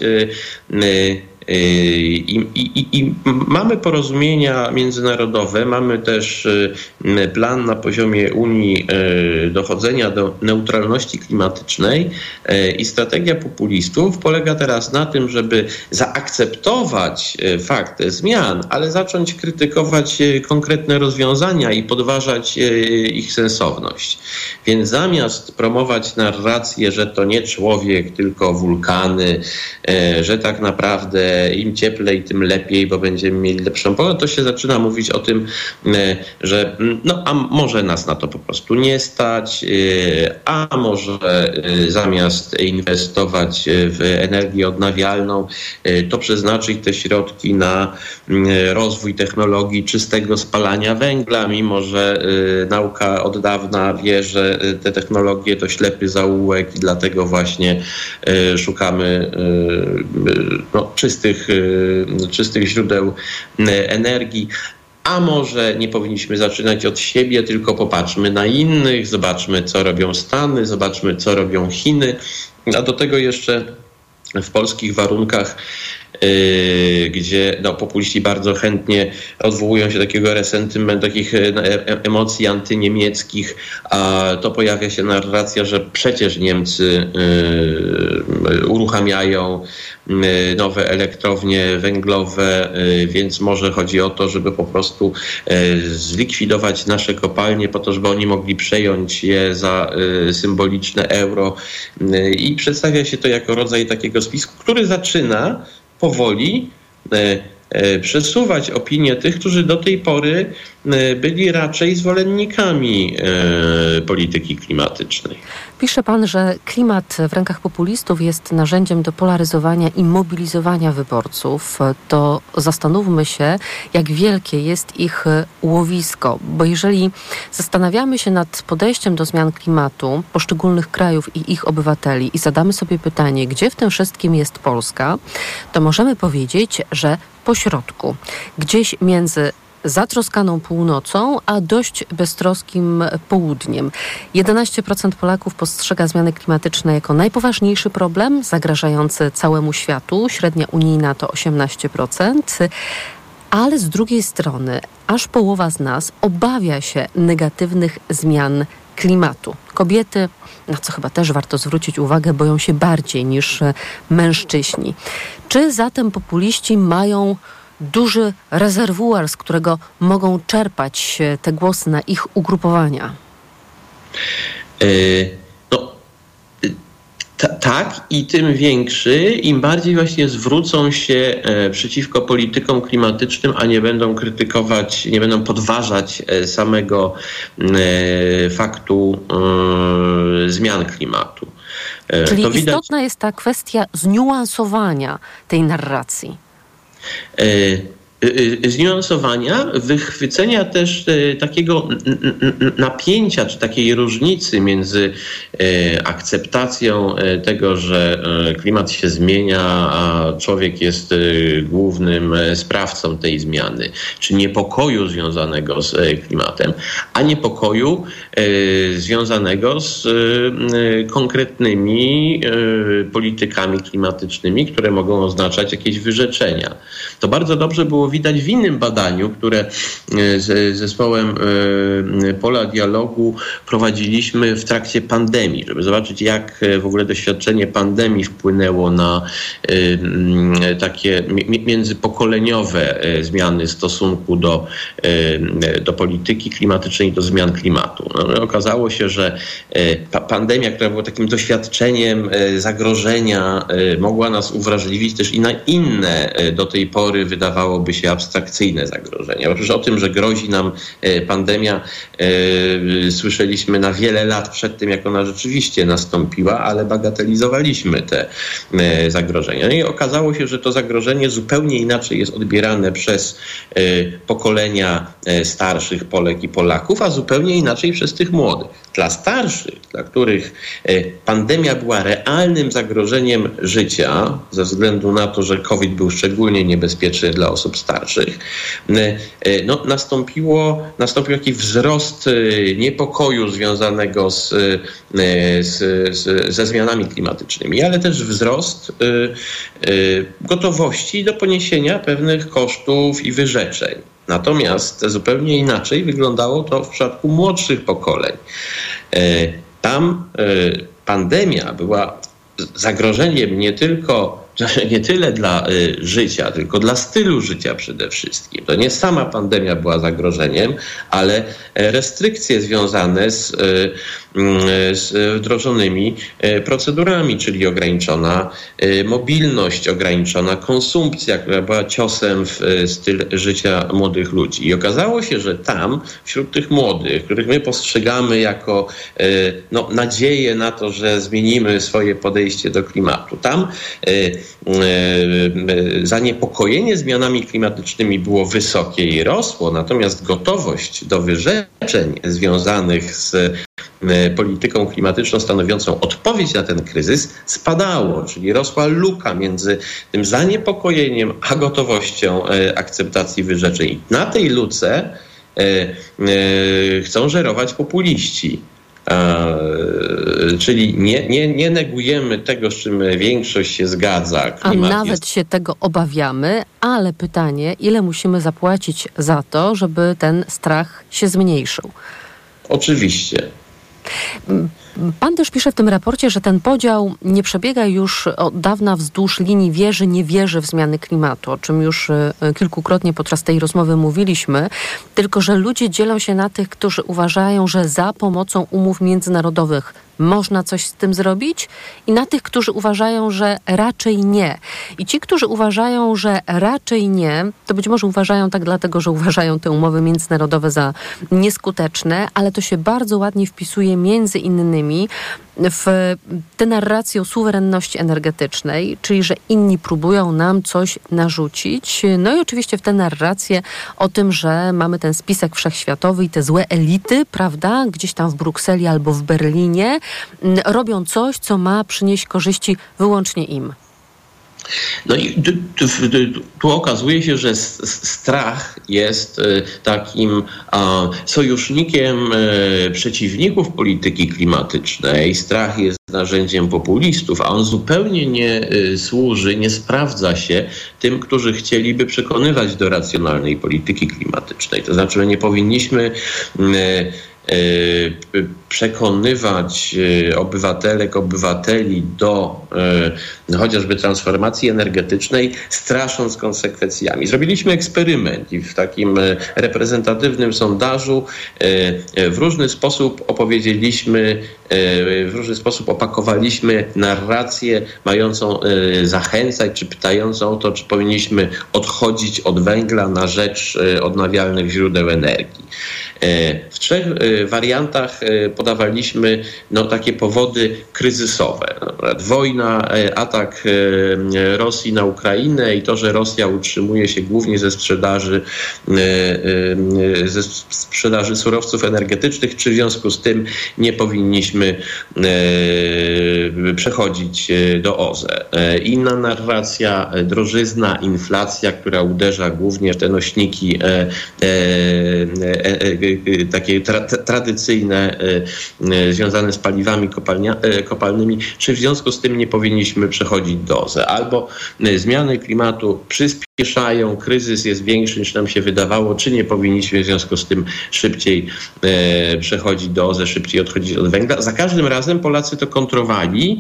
I mamy porozumienia międzynarodowe, mamy też plan na poziomie Unii dochodzenia do neutralności klimatycznej i strategia populistów polega teraz na tym, żeby zaakceptować fakt zmian, ale zacząć krytykować konkretne rozwiązania i podważać ich sensowność. Więc zamiast promować narrację, że to nie człowiek, tylko wulkany, że tak naprawdę im cieplej, tym lepiej, bo będziemy mieli lepszą pogodę, to się zaczyna mówić o tym, że a może nas na to po prostu nie stać, a może zamiast inwestować w energię odnawialną, to przeznaczyć te środki na rozwój technologii czystego spalania węgla, mimo że nauka od dawna wie, że te technologie to ślepy zaułek i dlatego właśnie szukamy czystych źródeł energii. A może nie powinniśmy zaczynać od siebie, tylko popatrzmy na innych, zobaczmy, co robią Stany, zobaczmy, co robią Chiny, a do tego jeszcze w polskich warunkach, gdzie populiści bardzo chętnie odwołują się do takiego resentymentu, takich emocji antyniemieckich, a to pojawia się narracja, że przecież Niemcy uruchamiają nowe elektrownie węglowe, więc może chodzi o to, żeby po prostu zlikwidować nasze kopalnie po to, żeby oni mogli przejąć je za symboliczne euro i przedstawia się to jako rodzaj takiego spisku, który zaczyna powoli przesuwać opinię tych, którzy do tej pory byli raczej zwolennikami polityki klimatycznej. Pisze pan, że klimat w rękach populistów jest narzędziem do polaryzowania i mobilizowania wyborców. To zastanówmy się, jak wielkie jest ich łowisko. Bo jeżeli zastanawiamy się nad podejściem do zmian klimatu poszczególnych krajów i ich obywateli i zadamy sobie pytanie, gdzie w tym wszystkim jest Polska, to możemy powiedzieć, że pośrodku, gdzieś między zatroskaną północą, a dość beztroskim południem. 11% Polaków postrzega zmiany klimatyczne jako najpoważniejszy problem zagrażający całemu światu. Średnia unijna to 18%. Ale z drugiej strony aż połowa z nas obawia się negatywnych zmian klimatu. Kobiety, na co chyba też warto zwrócić uwagę, boją się bardziej niż mężczyźni. Czy zatem populiści mają duży rezerwuar, z którego mogą czerpać te głosy na ich ugrupowania? Tak, i tym większy, im bardziej właśnie zwrócą się przeciwko politykom klimatycznym, a nie będą krytykować, nie będą podważać samego faktu zmian klimatu. Czyli to widać... istotna jest ta kwestia zniuansowania tej narracji. Zniuansowania, wychwycenia też takiego napięcia, czy takiej różnicy między akceptacją tego, że klimat się zmienia, a człowiek jest głównym sprawcą tej zmiany, czy niepokoju związanego z klimatem, a niepokoju związanego z konkretnymi politykami klimatycznymi, które mogą oznaczać jakieś wyrzeczenia. To bardzo dobrze było widać w innym badaniu, które z zespołem Pola Dialogu prowadziliśmy w trakcie pandemii, żeby zobaczyć, jak w ogóle doświadczenie pandemii wpłynęło na takie międzypokoleniowe zmiany stosunku do polityki klimatycznej i do zmian klimatu. No, okazało się, że pandemia, która była takim doświadczeniem zagrożenia, mogła nas uwrażliwić też i na inne do tej pory wydawałoby się abstrakcyjne zagrożenia. Otóż o tym, że grozi nam pandemia, słyszeliśmy na wiele lat przed tym, jak ona rzeczywiście nastąpiła, ale bagatelizowaliśmy te zagrożenia. No i okazało się, że to zagrożenie zupełnie inaczej jest odbierane przez pokolenia starszych Polek i Polaków, a zupełnie inaczej przez tych młodych. Dla starszych, dla których pandemia była realnym zagrożeniem życia, ze względu na to, że COVID był szczególnie niebezpieczny dla osób starszych, no, nastąpił jakiś wzrost niepokoju związanego ze zmianami klimatycznymi, ale też wzrost gotowości do poniesienia pewnych kosztów i wyrzeczeń. Natomiast zupełnie inaczej wyglądało to w przypadku młodszych pokoleń. Tam pandemia była zagrożeniem nie tyle dla życia, tylko dla stylu życia przede wszystkim. To nie sama pandemia była zagrożeniem, ale restrykcje związane z wdrożonymi procedurami, czyli ograniczona mobilność, ograniczona konsumpcja, która była ciosem w styl życia młodych ludzi. I okazało się, że tam, wśród tych młodych, których my postrzegamy jako nadzieję na to, że zmienimy swoje podejście do klimatu, tam zaniepokojenie zmianami klimatycznymi było wysokie i rosło, natomiast gotowość do wyrzeczeń związanych z polityką klimatyczną stanowiącą odpowiedź na ten kryzys spadało, czyli rosła luka między tym zaniepokojeniem a gotowością akceptacji wyrzeczeń. I na tej luce chcą żerować populiści. Czyli nie negujemy tego, z czym większość się zgadza. Klimat nawet się tego obawiamy, ale pytanie, ile musimy zapłacić za to, żeby ten strach się zmniejszył? Oczywiście. Pan też pisze w tym raporcie, że ten podział nie przebiega już od dawna wzdłuż linii wierzy, nie wierzy w zmiany klimatu, o czym już kilkukrotnie podczas tej rozmowy mówiliśmy, tylko że ludzie dzielą się na tych, którzy uważają, że za pomocą umów międzynarodowych można coś z tym zrobić i na tych, którzy uważają, że raczej nie. I ci, którzy uważają, że raczej nie, to być może uważają tak dlatego, że uważają te umowy międzynarodowe za nieskuteczne, ale to się bardzo ładnie wpisuje między innymi w tę narrację o suwerenności energetycznej, czyli że inni próbują nam coś narzucić. No i oczywiście w tę narrację o tym, że mamy ten spisek wszechświatowy i te złe elity, prawda, gdzieś tam w Brukseli albo w Berlinie, robią coś, co ma przynieść korzyści wyłącznie im. No i tu okazuje się, że strach jest takim sojusznikiem przeciwników polityki klimatycznej. Strach jest narzędziem populistów, a on zupełnie nie służy, nie sprawdza się tym, którzy chcieliby przekonywać do racjonalnej polityki klimatycznej. To znaczy, że nie powinniśmy przekonywać obywateli do chociażby transformacji energetycznej, strasząc konsekwencjami. Zrobiliśmy eksperyment i w takim reprezentatywnym sondażu w różny sposób opowiedzieliśmy, w różny sposób opakowaliśmy narrację mającą zachęcać, czy pytającą o to, czy powinniśmy odchodzić od węgla na rzecz odnawialnych źródeł energii. W 3 wariantach podawaliśmy takie powody kryzysowe. Wojna, atak Rosji na Ukrainę i to, że Rosja utrzymuje się głównie ze sprzedaży surowców energetycznych, czy w związku z tym nie powinniśmy przechodzić do OZE. Inna narracja, drożyzna, inflacja, która uderza głównie w te nośniki takie tradycyjne, związane z paliwami kopalnymi, czy w związku z tym nie powinniśmy przechodzić do OZE. Albo zmiany klimatu przyspieszają, kryzys jest większy niż nam się wydawało, czy nie powinniśmy w związku z tym szybciej przechodzić do OZE, szybciej odchodzić od węgla. Za każdym razem Polacy to kontrowali.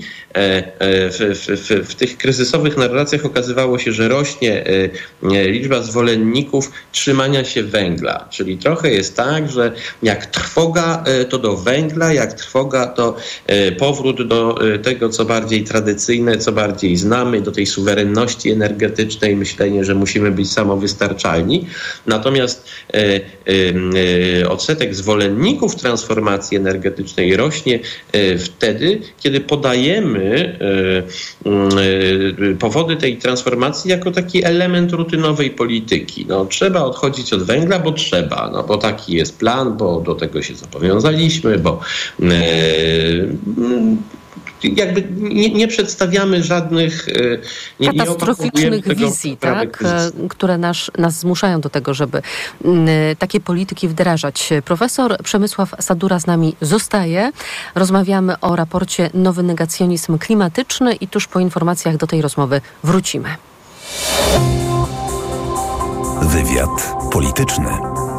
W tych kryzysowych narracjach okazywało się, że rośnie liczba zwolenników trzymania się węgla. Czyli trochę jest tak, że jak trwoga, to do węgla, jak trwoga, to powrót do tego, co bardziej tradycyjne, co bardziej znamy, do tej suwerenności energetycznej, myślenie, że musimy być samowystarczalni. Natomiast odsetek zwolenników transformacji energetycznej rośnie wtedy, kiedy podajemy powody tej transformacji jako taki element rutynowej polityki. Trzeba odchodzić od węgla, bo trzeba, bo taki jest plan, bo do tego się zobowiązaliśmy, bo jakby nie przedstawiamy żadnych katastroficznych wizji, tak, które nas zmuszają do tego, żeby takie polityki wdrażać. Profesor Przemysław Sadura z nami zostaje. Rozmawiamy o raporcie Nowy negacjonizm klimatyczny i tuż po informacjach do tej rozmowy wrócimy. Wywiad polityczny.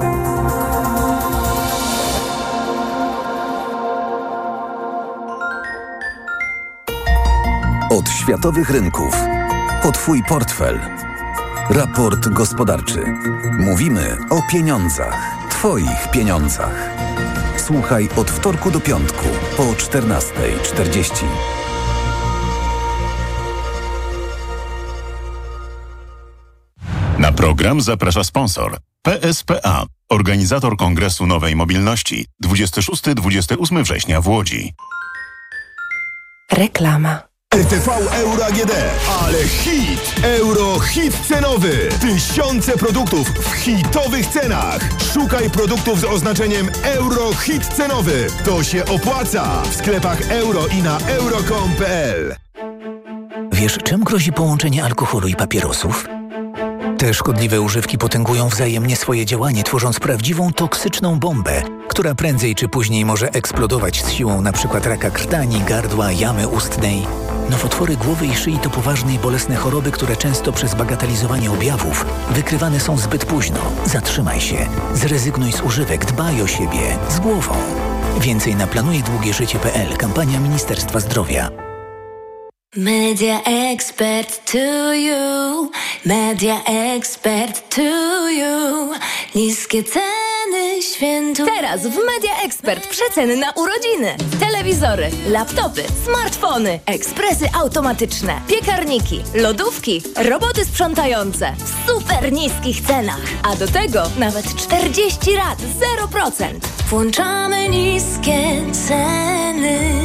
Od światowych rynków po Twój portfel. Raport gospodarczy. Mówimy o pieniądzach. Twoich pieniądzach. Słuchaj od wtorku do piątku po 14:40. Na program zaprasza sponsor PSPA, organizator Kongresu Nowej Mobilności 26-28 września w Łodzi. Reklama. RTV Euro AGD, ale hit! Euro hit cenowy! Tysiące produktów w hitowych cenach! Szukaj produktów z oznaczeniem Euro hit cenowy! To się opłaca! W sklepach euro i na euro.com.pl. Wiesz, czym grozi połączenie alkoholu i papierosów? Te szkodliwe używki potęgują wzajemnie swoje działanie, tworząc prawdziwą toksyczną bombę, która prędzej czy później może eksplodować z siłą np. raka krtani, gardła, jamy ustnej. Nowotwory głowy i szyi to poważne i bolesne choroby, które często przez bagatelizowanie objawów wykrywane są zbyt późno. Zatrzymaj się, zrezygnuj z używek, dbaj o siebie, z głową. Więcej na planujedługieżycie.pl. Kampania Ministerstwa Zdrowia. Media Expert to you, Media Expert to you. Niskie ceny świętu. Teraz w Media Expert przeceny na urodziny. Telewizory, laptopy, smartfony, ekspresy automatyczne, piekarniki, lodówki, roboty sprzątające w super niskich cenach. A do tego nawet 40 lat 0%. Włączamy niskie ceny.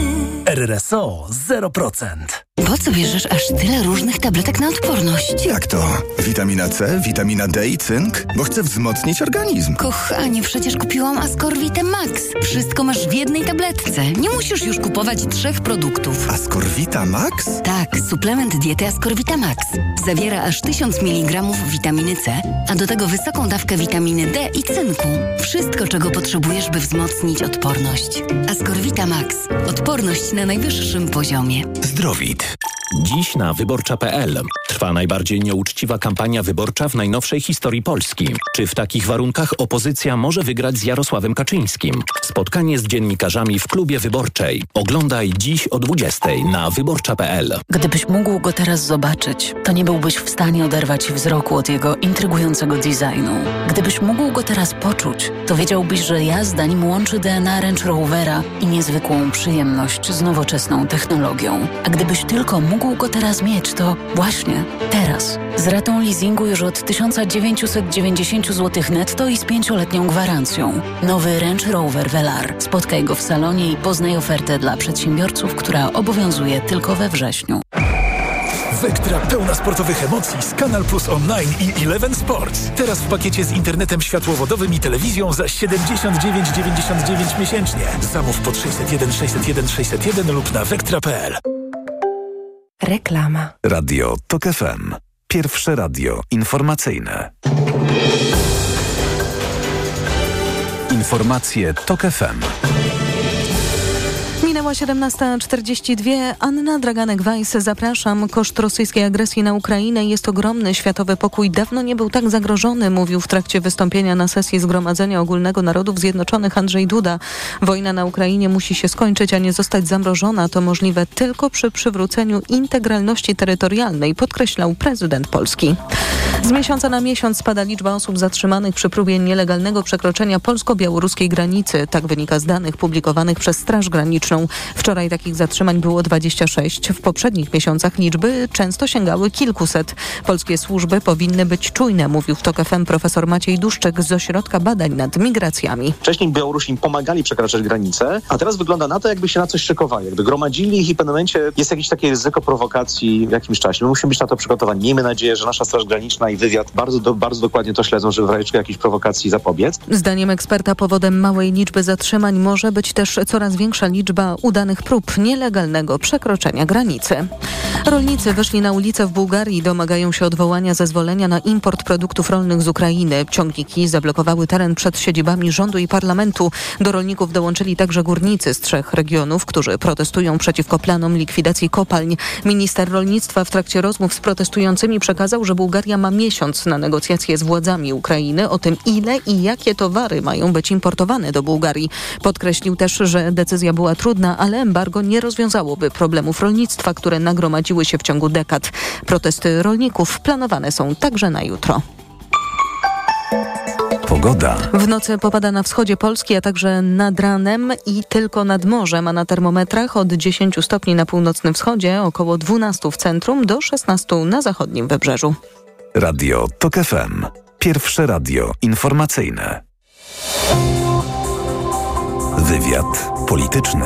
RRSO 0%. Po co bierzesz aż tyle różnych tabletek na odporność? Jak to? Witamina C, witamina D i cynk? Bo chcę wzmocnić organizm. Kochanie, przecież kupiłam Ascorvitę Max. Wszystko masz w jednej tabletce. Nie musisz już kupować 3 produktów. Ascorvita Max? Tak, suplement diety Ascorvita Max. Zawiera aż 1000 mg witaminy C, a do tego wysoką dawkę witaminy D i cynku. Wszystko, czego potrzebujesz, by wzmocnić odporność. Ascorvita Max. Odporność na najwyższym poziomie. Zdrowit. Dziś na wyborcza.pl trwa najbardziej nieuczciwa kampania wyborcza w najnowszej historii Polski. Czy w takich warunkach opozycja może wygrać z Jarosławem Kaczyńskim? Spotkanie z dziennikarzami w klubie wyborczej. Oglądaj dziś o 20:00 na wyborcza.pl. Gdybyś mógł go teraz zobaczyć, to nie byłbyś w stanie oderwać wzroku od jego intrygującego designu. Gdybyś mógł go teraz poczuć, to wiedziałbyś, że jazda nim łączy DNA Range Rovera i niezwykłą przyjemność z nowoczesną technologią. A gdybyś tylko mógł go teraz mieć, to właśnie teraz. Z ratą leasingu już od 1990 zł netto i z 5-letnią gwarancją. Nowy Range Rover Velar. Spotkaj go w salonie i poznaj ofertę dla przedsiębiorców, która obowiązuje tylko we wrześniu. Vectra pełna sportowych emocji z Kanal Plus Online i Eleven Sports. Teraz w pakiecie z internetem światłowodowym i telewizją za 79,99 miesięcznie. Zamów pod 601 601 601 lub na vectra.pl. Reklama. Radio TOK FM. Pierwsze radio informacyjne. Informacje TOK FM. Minęła 17:42. Anna Draganek-Weiss, zapraszam. Koszt rosyjskiej agresji na Ukrainę jest ogromny. Światowy pokój dawno nie był tak zagrożony, mówił w trakcie wystąpienia na sesji Zgromadzenia Ogólnego Narodów Zjednoczonych Andrzej Duda. Wojna na Ukrainie musi się skończyć, a nie zostać zamrożona. To możliwe tylko przy przywróceniu integralności terytorialnej, podkreślał prezydent Polski. Z miesiąca na miesiąc spada liczba osób zatrzymanych przy próbie nielegalnego przekroczenia polsko-białoruskiej granicy. Tak wynika z danych publikowanych przez Straż Graniczną. Wczoraj takich zatrzymań było 26. W poprzednich miesiącach liczby często sięgały kilkuset. Polskie służby powinny być czujne, mówił w TOK FM profesor Maciej Duszczyk z Ośrodka Badań nad Migracjami. Wcześniej Białorusini im pomagali przekraczać granicę, a teraz wygląda na to, jakby się na coś szykowali, jakby gromadzili ich i w pewnym momencie jest jakieś takie ryzyko prowokacji w jakimś czasie. My musimy być na to przygotowani. Miejmy nadzieję, że nasza Straż Graniczna i wywiad bardzo dokładnie to śledzą, żeby w razie jakiejś prowokacji zapobiec. Zdaniem eksperta powodem małej liczby zatrzymań może być też coraz większa liczba udanych prób nielegalnego przekroczenia granicy. Rolnicy wyszli na ulicę w Bułgarii, domagają się odwołania zezwolenia na import produktów rolnych z Ukrainy. Ciągniki zablokowały teren przed siedzibami rządu i parlamentu. Do rolników dołączyli także górnicy z 3 regionów, którzy protestują przeciwko planom likwidacji kopalń. Minister rolnictwa w trakcie rozmów z protestującymi przekazał, że Bułgaria ma miesiąc na negocjacje z władzami Ukrainy o tym, ile i jakie towary mają być importowane do Bułgarii. Podkreślił też, że decyzja była trudna, ale embargo nie rozwiązałoby problemów rolnictwa, które nagromadziły się w ciągu dekad. Protesty rolników planowane są także na jutro. Pogoda. W nocy popada na wschodzie Polski, a także nad ranem i tylko nad morzem, a na termometrach od 10 stopni na północnym wschodzie, około 12 w centrum do 16 na zachodnim wybrzeżu. Radio TOK FM. Pierwsze radio informacyjne. Wywiad polityczny.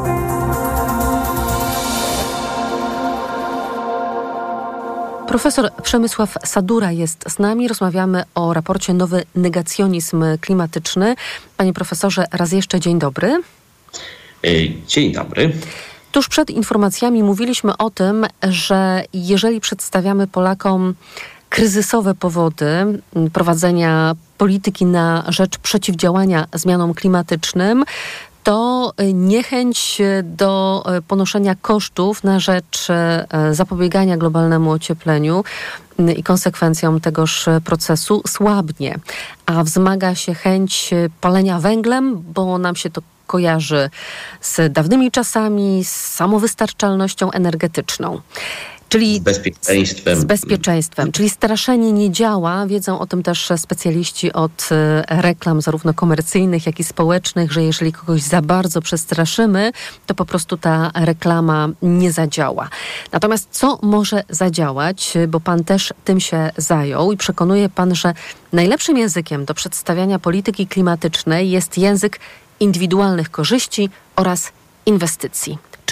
Profesor Przemysław Sadura jest z nami. Rozmawiamy o raporcie Nowy negacjonizm klimatyczny. Panie profesorze, raz jeszcze dzień dobry. Dzień dobry. Tuż przed informacjami mówiliśmy o tym, że jeżeli przedstawiamy Polakom kryzysowe powody prowadzenia polityki na rzecz przeciwdziałania zmianom klimatycznym, to niechęć do ponoszenia kosztów na rzecz zapobiegania globalnemu ociepleniu i konsekwencjom tegoż procesu słabnie, a wzmaga się chęć palenia węglem, bo nam się to kojarzy z dawnymi czasami, z samowystarczalnością energetyczną. Czyli z bezpieczeństwem. Czyli straszenie nie działa. Wiedzą o tym też specjaliści od reklam, zarówno komercyjnych, jak i społecznych, że jeżeli kogoś za bardzo przestraszymy, to po prostu ta reklama nie zadziała. Natomiast co może zadziałać, bo pan też tym się zajął i przekonuje pan, że najlepszym językiem do przedstawiania polityki klimatycznej jest język indywidualnych korzyści oraz inwestycji.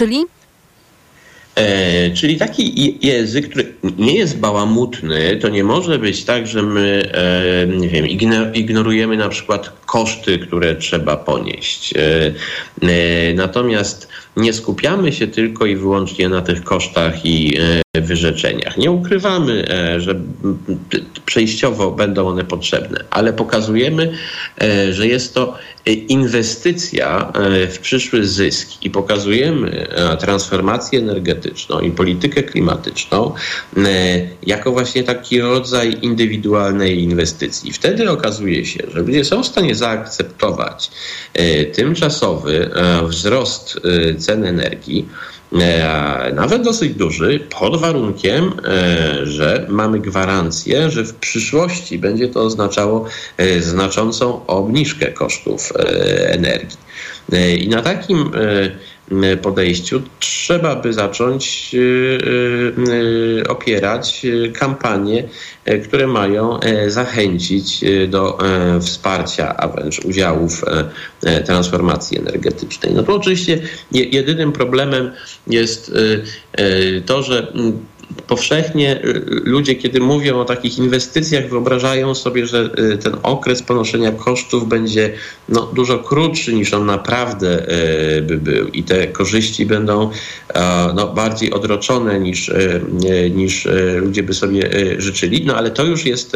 Czyli taki język, który nie jest bałamutny, to nie może być tak, że my ignorujemy na przykład koszty, które trzeba ponieść. Natomiast nie skupiamy się tylko i wyłącznie na tych kosztach i wyrzeczeniach. Nie ukrywamy, że przejściowo będą one potrzebne, ale pokazujemy, że jest to inwestycja w przyszły zysk i pokazujemy transformację energetyczną i politykę klimatyczną jako właśnie taki rodzaj indywidualnej inwestycji. Wtedy okazuje się, że ludzie są w stanie zaakceptować tymczasowy wzrost cen energii, nawet dosyć duży, pod warunkiem, że mamy gwarancję, że w przyszłości będzie to oznaczało znaczącą obniżkę kosztów energii. I na takim podejściu trzeba by zacząć opierać kampanie, które mają zachęcić do wsparcia, a wręcz udziału w transformacji energetycznej. No to oczywiście jedynym problemem jest to, że powszechnie ludzie, kiedy mówią o takich inwestycjach, wyobrażają sobie, że ten okres ponoszenia kosztów będzie dużo krótszy niż on naprawdę by był i te korzyści będą bardziej odroczone niż ludzie by sobie życzyli. No ale to już jest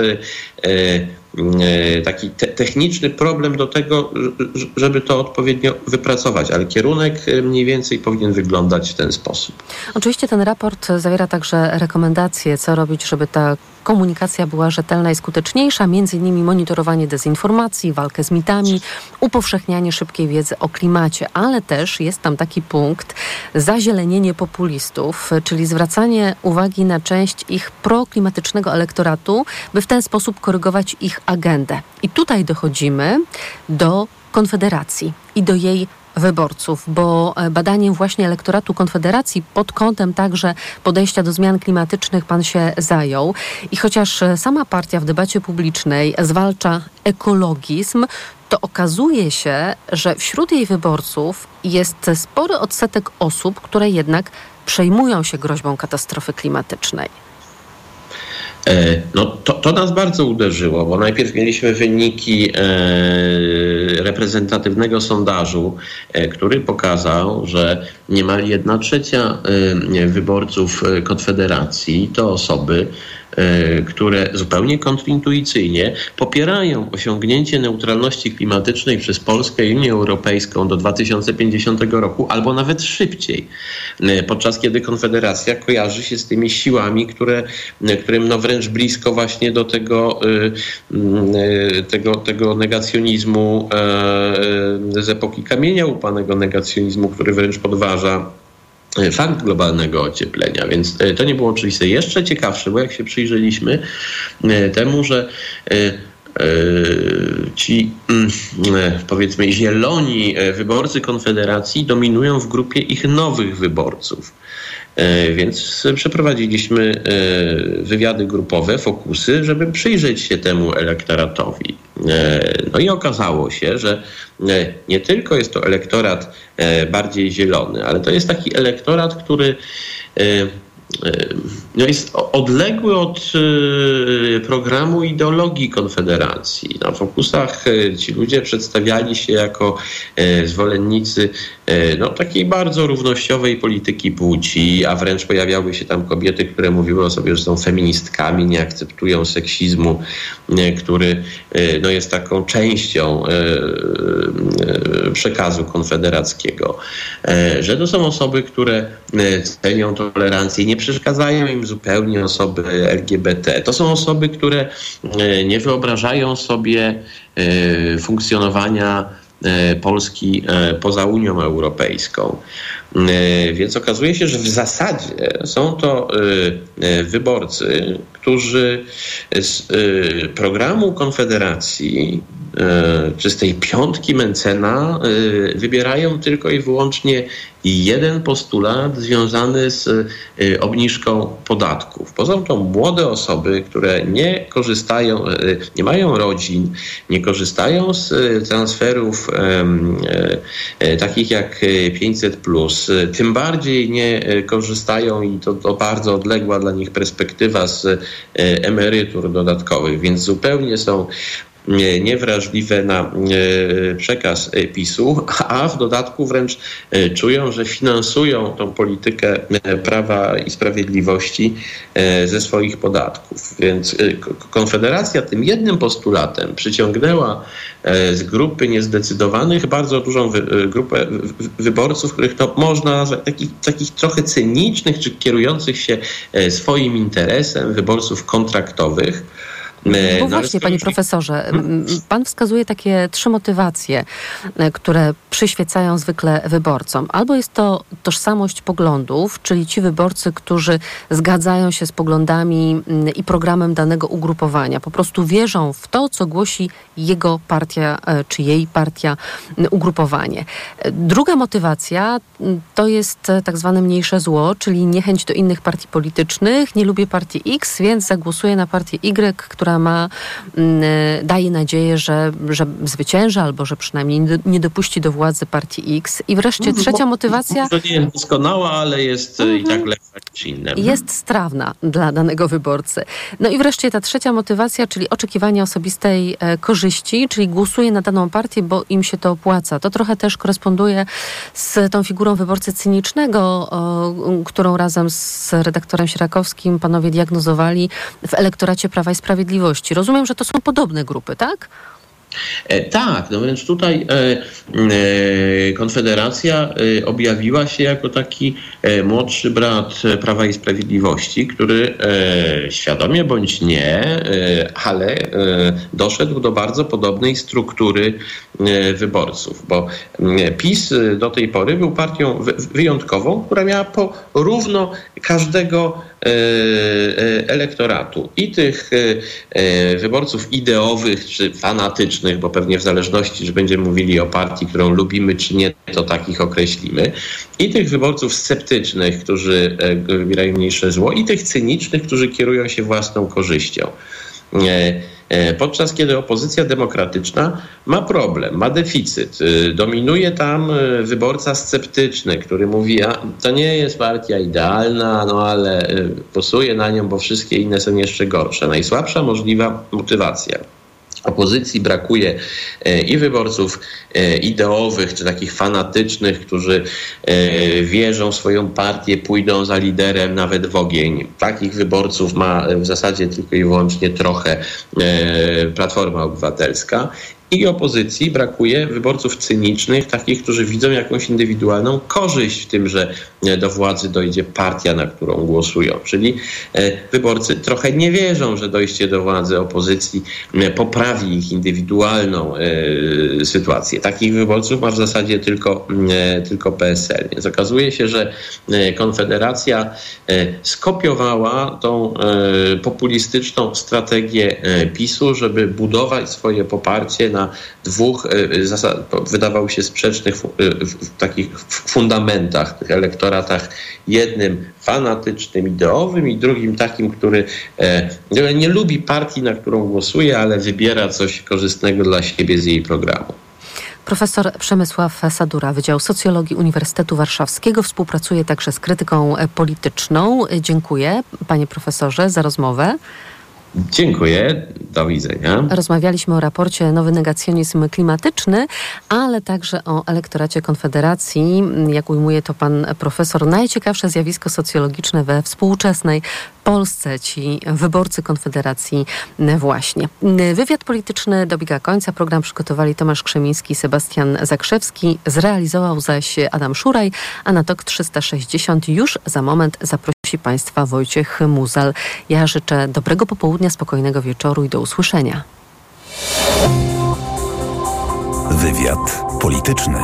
taki techniczny problem do tego, żeby to odpowiednio wypracować, ale kierunek mniej więcej powinien wyglądać w ten sposób. Oczywiście ten raport zawiera także rekomendacje, co robić, żeby ta komunikacja była rzetelna i skuteczniejsza, między innymi monitorowanie dezinformacji, walkę z mitami, upowszechnianie szybkiej wiedzy o klimacie, ale też jest tam taki punkt zazielenienie populistów, czyli zwracanie uwagi na część ich proklimatycznego elektoratu, by w ten sposób korygować ich agendę. I tutaj dochodzimy do Konfederacji i do jej wyborców, bo badaniem właśnie elektoratu Konfederacji pod kątem także podejścia do zmian klimatycznych pan się zajął. I chociaż sama partia w debacie publicznej zwalcza ekologizm, to okazuje się, że wśród jej wyborców jest spory odsetek osób, które jednak przejmują się groźbą katastrofy klimatycznej. No to nas bardzo uderzyło, bo najpierw mieliśmy wyniki reprezentatywnego sondażu, który pokazał, że niemal 1/3 wyborców Konfederacji to osoby, które zupełnie kontrintuicyjnie popierają osiągnięcie neutralności klimatycznej przez Polskę i Unię Europejską do 2050 roku, albo nawet szybciej. Podczas kiedy Konfederacja kojarzy się z tymi siłami, którym wręcz blisko właśnie do tego negacjonizmu z epoki kamienia łupanego, negacjonizmu, który wręcz podważa fakt globalnego ocieplenia, więc to nie było oczywiste. Jeszcze ciekawsze, bo jak się przyjrzeliśmy temu, że ci powiedzmy zieloni wyborcy Konfederacji dominują w grupie ich nowych wyborców. Więc przeprowadziliśmy wywiady grupowe, fokusy, żeby przyjrzeć się temu elektoratowi. No i okazało się, że nie tylko jest to elektorat bardziej zielony, ale to jest taki elektorat, który jest odległy od programu ideologii Konfederacji. Na fokusach ci ludzie przedstawiali się jako zwolennicy takiej bardzo równościowej polityki płci, a wręcz pojawiały się tam kobiety, które mówiły o sobie, że są feministkami, nie akceptują seksizmu, który jest taką częścią przekazu konfederackiego. Że to są osoby, które cenią tolerancję, nie przeszkadzają im zupełnie osoby LGBT. To są osoby, które nie wyobrażają sobie funkcjonowania Polski poza Unią Europejską. Więc okazuje się, że w zasadzie są to wyborcy, którzy z programu Konfederacji czy z tej piątki Mentzena wybierają tylko i wyłącznie jeden postulat związany z obniżką podatków. Poza tym to młode osoby, które nie korzystają, nie mają rodzin, nie korzystają z transferów takich jak 500+, więc tym bardziej nie korzystają i to bardzo odległa dla nich perspektywa z emerytur dodatkowych, więc zupełnie są niewrażliwe na przekaz PiS-u, a w dodatku wręcz czują, że finansują tą politykę Prawa i Sprawiedliwości ze swoich podatków. Więc Konfederacja tym jednym postulatem przyciągnęła z grupy niezdecydowanych bardzo dużą grupę wyborców, których to można nazwać takich trochę cynicznych czy kierujących się swoim interesem, wyborców kontraktowych. Bo właśnie, panie profesorze, pan wskazuje takie 3 motywacje, które przyświecają zwykle wyborcom. Albo jest to tożsamość poglądów, czyli ci wyborcy, którzy zgadzają się z poglądami i programem danego ugrupowania. Po prostu wierzą w to, co głosi jego partia, czy jej partia, ugrupowanie. Druga motywacja to jest tak zwane mniejsze zło, czyli niechęć do innych partii politycznych. Nie lubię partii X, więc zagłosuję na partię Y, która daje nadzieję, że zwycięży albo że przynajmniej nie dopuści do władzy partii X. I wreszcie trzecia motywacja... To nie jest doskonała, ale jest i tak lepsza niż inne. Jest strawna dla danego wyborcy. No i wreszcie ta trzecia motywacja, czyli oczekiwanie osobistej korzyści, czyli głosuje na daną partię, bo im się to opłaca. To trochę też koresponduje z tą figurą wyborcy cynicznego, którą razem z redaktorem Sierakowskim panowie diagnozowali w elektoracie Prawa i Sprawiedliwości. Rozumiem, że to są podobne grupy, tak? Tak, no wręcz tutaj Konfederacja objawiła się jako taki młodszy brat Prawa i Sprawiedliwości, który świadomie bądź nie, ale doszedł do bardzo podobnej struktury wyborców, bo PiS do tej pory był partią wyjątkową, która miała porówno każdego elektoratu i tych wyborców ideowych czy fanatycznych, bo pewnie w zależności, że będziemy mówili o partii, którą lubimy czy nie, to takich określimy, i tych wyborców sceptycznych, którzy wybierają mniejsze zło, i tych cynicznych, którzy kierują się własną korzyścią. Podczas kiedy opozycja demokratyczna ma problem, ma deficyt. Dominuje tam wyborca sceptyczny, który mówi, to nie jest partia idealna, no ale głosuję na nią, bo wszystkie inne są jeszcze gorsze. Najsłabsza możliwa motywacja. Opozycji brakuje i wyborców ideowych, czy takich fanatycznych, którzy wierzą w swoją partię, pójdą za liderem nawet w ogień. Takich wyborców ma w zasadzie tylko i wyłącznie trochę Platforma Obywatelska. I opozycji brakuje wyborców cynicznych, takich, którzy widzą jakąś indywidualną korzyść w tym, że do władzy dojdzie partia, na którą głosują. Czyli wyborcy trochę nie wierzą, że dojście do władzy opozycji poprawi ich indywidualną sytuację. Takich wyborców ma w zasadzie tylko PSL. Więc okazuje się, że Konfederacja skopiowała tą populistyczną strategię PiS-u, żeby budować swoje poparcie na 2 wydawało się sprzecznych takich fundamentach, tych elektoratach. Jednym fanatycznym, ideowym i drugim takim, który nie lubi partii, na którą głosuje, ale wybiera coś korzystnego dla siebie z jej programu. Profesor Przemysław Sadura, Wydział Socjologii Uniwersytetu Warszawskiego, współpracuje także z krytyką polityczną. Dziękuję, panie profesorze, za rozmowę. Dziękuję. Do widzenia. Rozmawialiśmy o raporcie Nowy negacjonizm klimatyczny, ale także o elektoracie Konfederacji. Jak ujmuje to pan profesor, najciekawsze zjawisko socjologiczne we współczesnej Polsce, ci wyborcy Konfederacji właśnie. Wywiad polityczny dobiega końca. Program przygotowali Tomasz Krzemiński i Sebastian Zakrzewski. Zrealizował zaś Adam Szuraj, a na TOK 360 już za moment zaprosi państwa Wojciech Muzal. Ja życzę dobrego popołudnia, spokojnego wieczoru i do usłyszenia. Wywiad polityczny.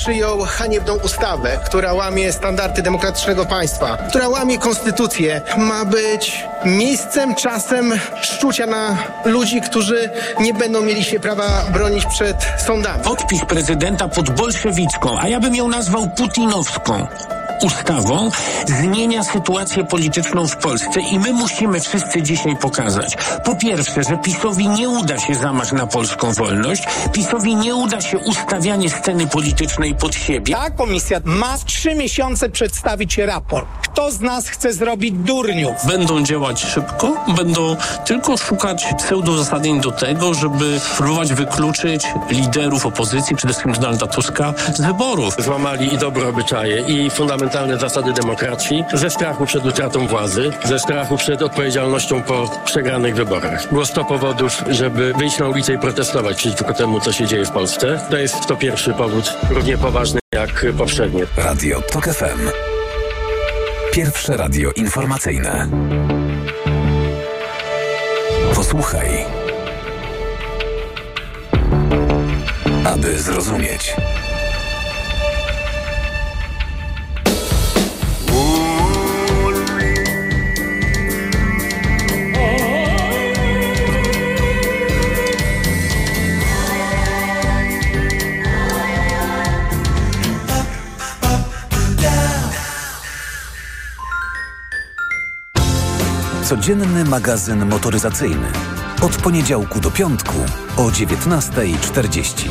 przyjął haniebną ustawę, która łamie standardy demokratycznego państwa, która łamie konstytucję, ma być miejscem, czasem szczucia na ludzi, którzy nie będą mieli się prawa bronić przed sądami. Podpis prezydenta pod bolszewicką, a ja bym ją nazwał putinowską ustawą, zmienia sytuację polityczną w Polsce i my musimy wszyscy dzisiaj pokazać, po pierwsze, że PiS-owi nie uda się zamach na polską wolność, PiS-owi nie uda się ustawianie sceny politycznej pod siebie. Ta komisja ma 3 miesiące przedstawić raport. Kto z nas chce zrobić durniów? Będą działać szybko, będą tylko szukać pseudozasadnień do tego, żeby próbować wykluczyć liderów opozycji, przede wszystkim Donalda Tuska, z wyborów. Złamali i dobre obyczaje, i fundamentalne zasady demokracji, ze strachu przed utratą władzy, ze strachu przed odpowiedzialnością po przegranych wyborach. Było 100 powodów, żeby wyjść na ulicę i protestować przeciwko temu, co się dzieje w Polsce. To jest 101 powód, równie poważny jak poprzednie. Radio TOK FM. Pierwsze radio informacyjne. Posłuchaj, aby zrozumieć. Codzienny magazyn motoryzacyjny. Od poniedziałku do piątku o 19:40.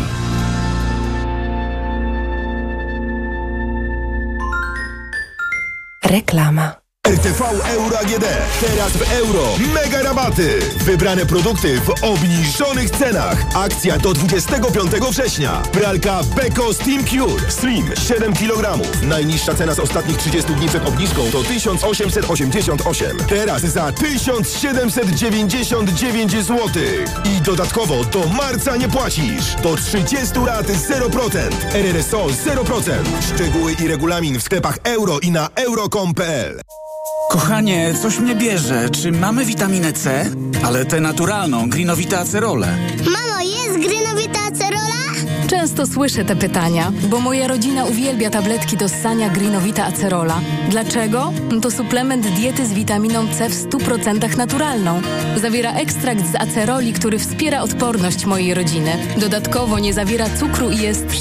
Reklama. RTV Euro AGD. Teraz w euro. Mega rabaty. Wybrane produkty w obniżonych cenach. Akcja do 25 września. Pralka Beko Steam Cure Slim 7 kg. Najniższa cena z ostatnich 30 dni przed obniżką to 1888. Teraz za 1799 zł. I dodatkowo do marca nie płacisz. Do 30 lat 0%. RRSO 0%. Szczegóły i regulamin w sklepach euro i na euro.com.pl. Kochanie, coś mnie bierze. Czy mamy witaminę C? Ale tę naturalną, Greenowita Acerolę. Mamo, jest Greenowita Acerola? Często słyszę te pytania, bo moja rodzina uwielbia tabletki do ssania Greenowita Acerola. Dlaczego? To suplement diety z witaminą C w 100% naturalną. Zawiera ekstrakt z aceroli, który wspiera odporność mojej rodziny. Dodatkowo nie zawiera cukru i jest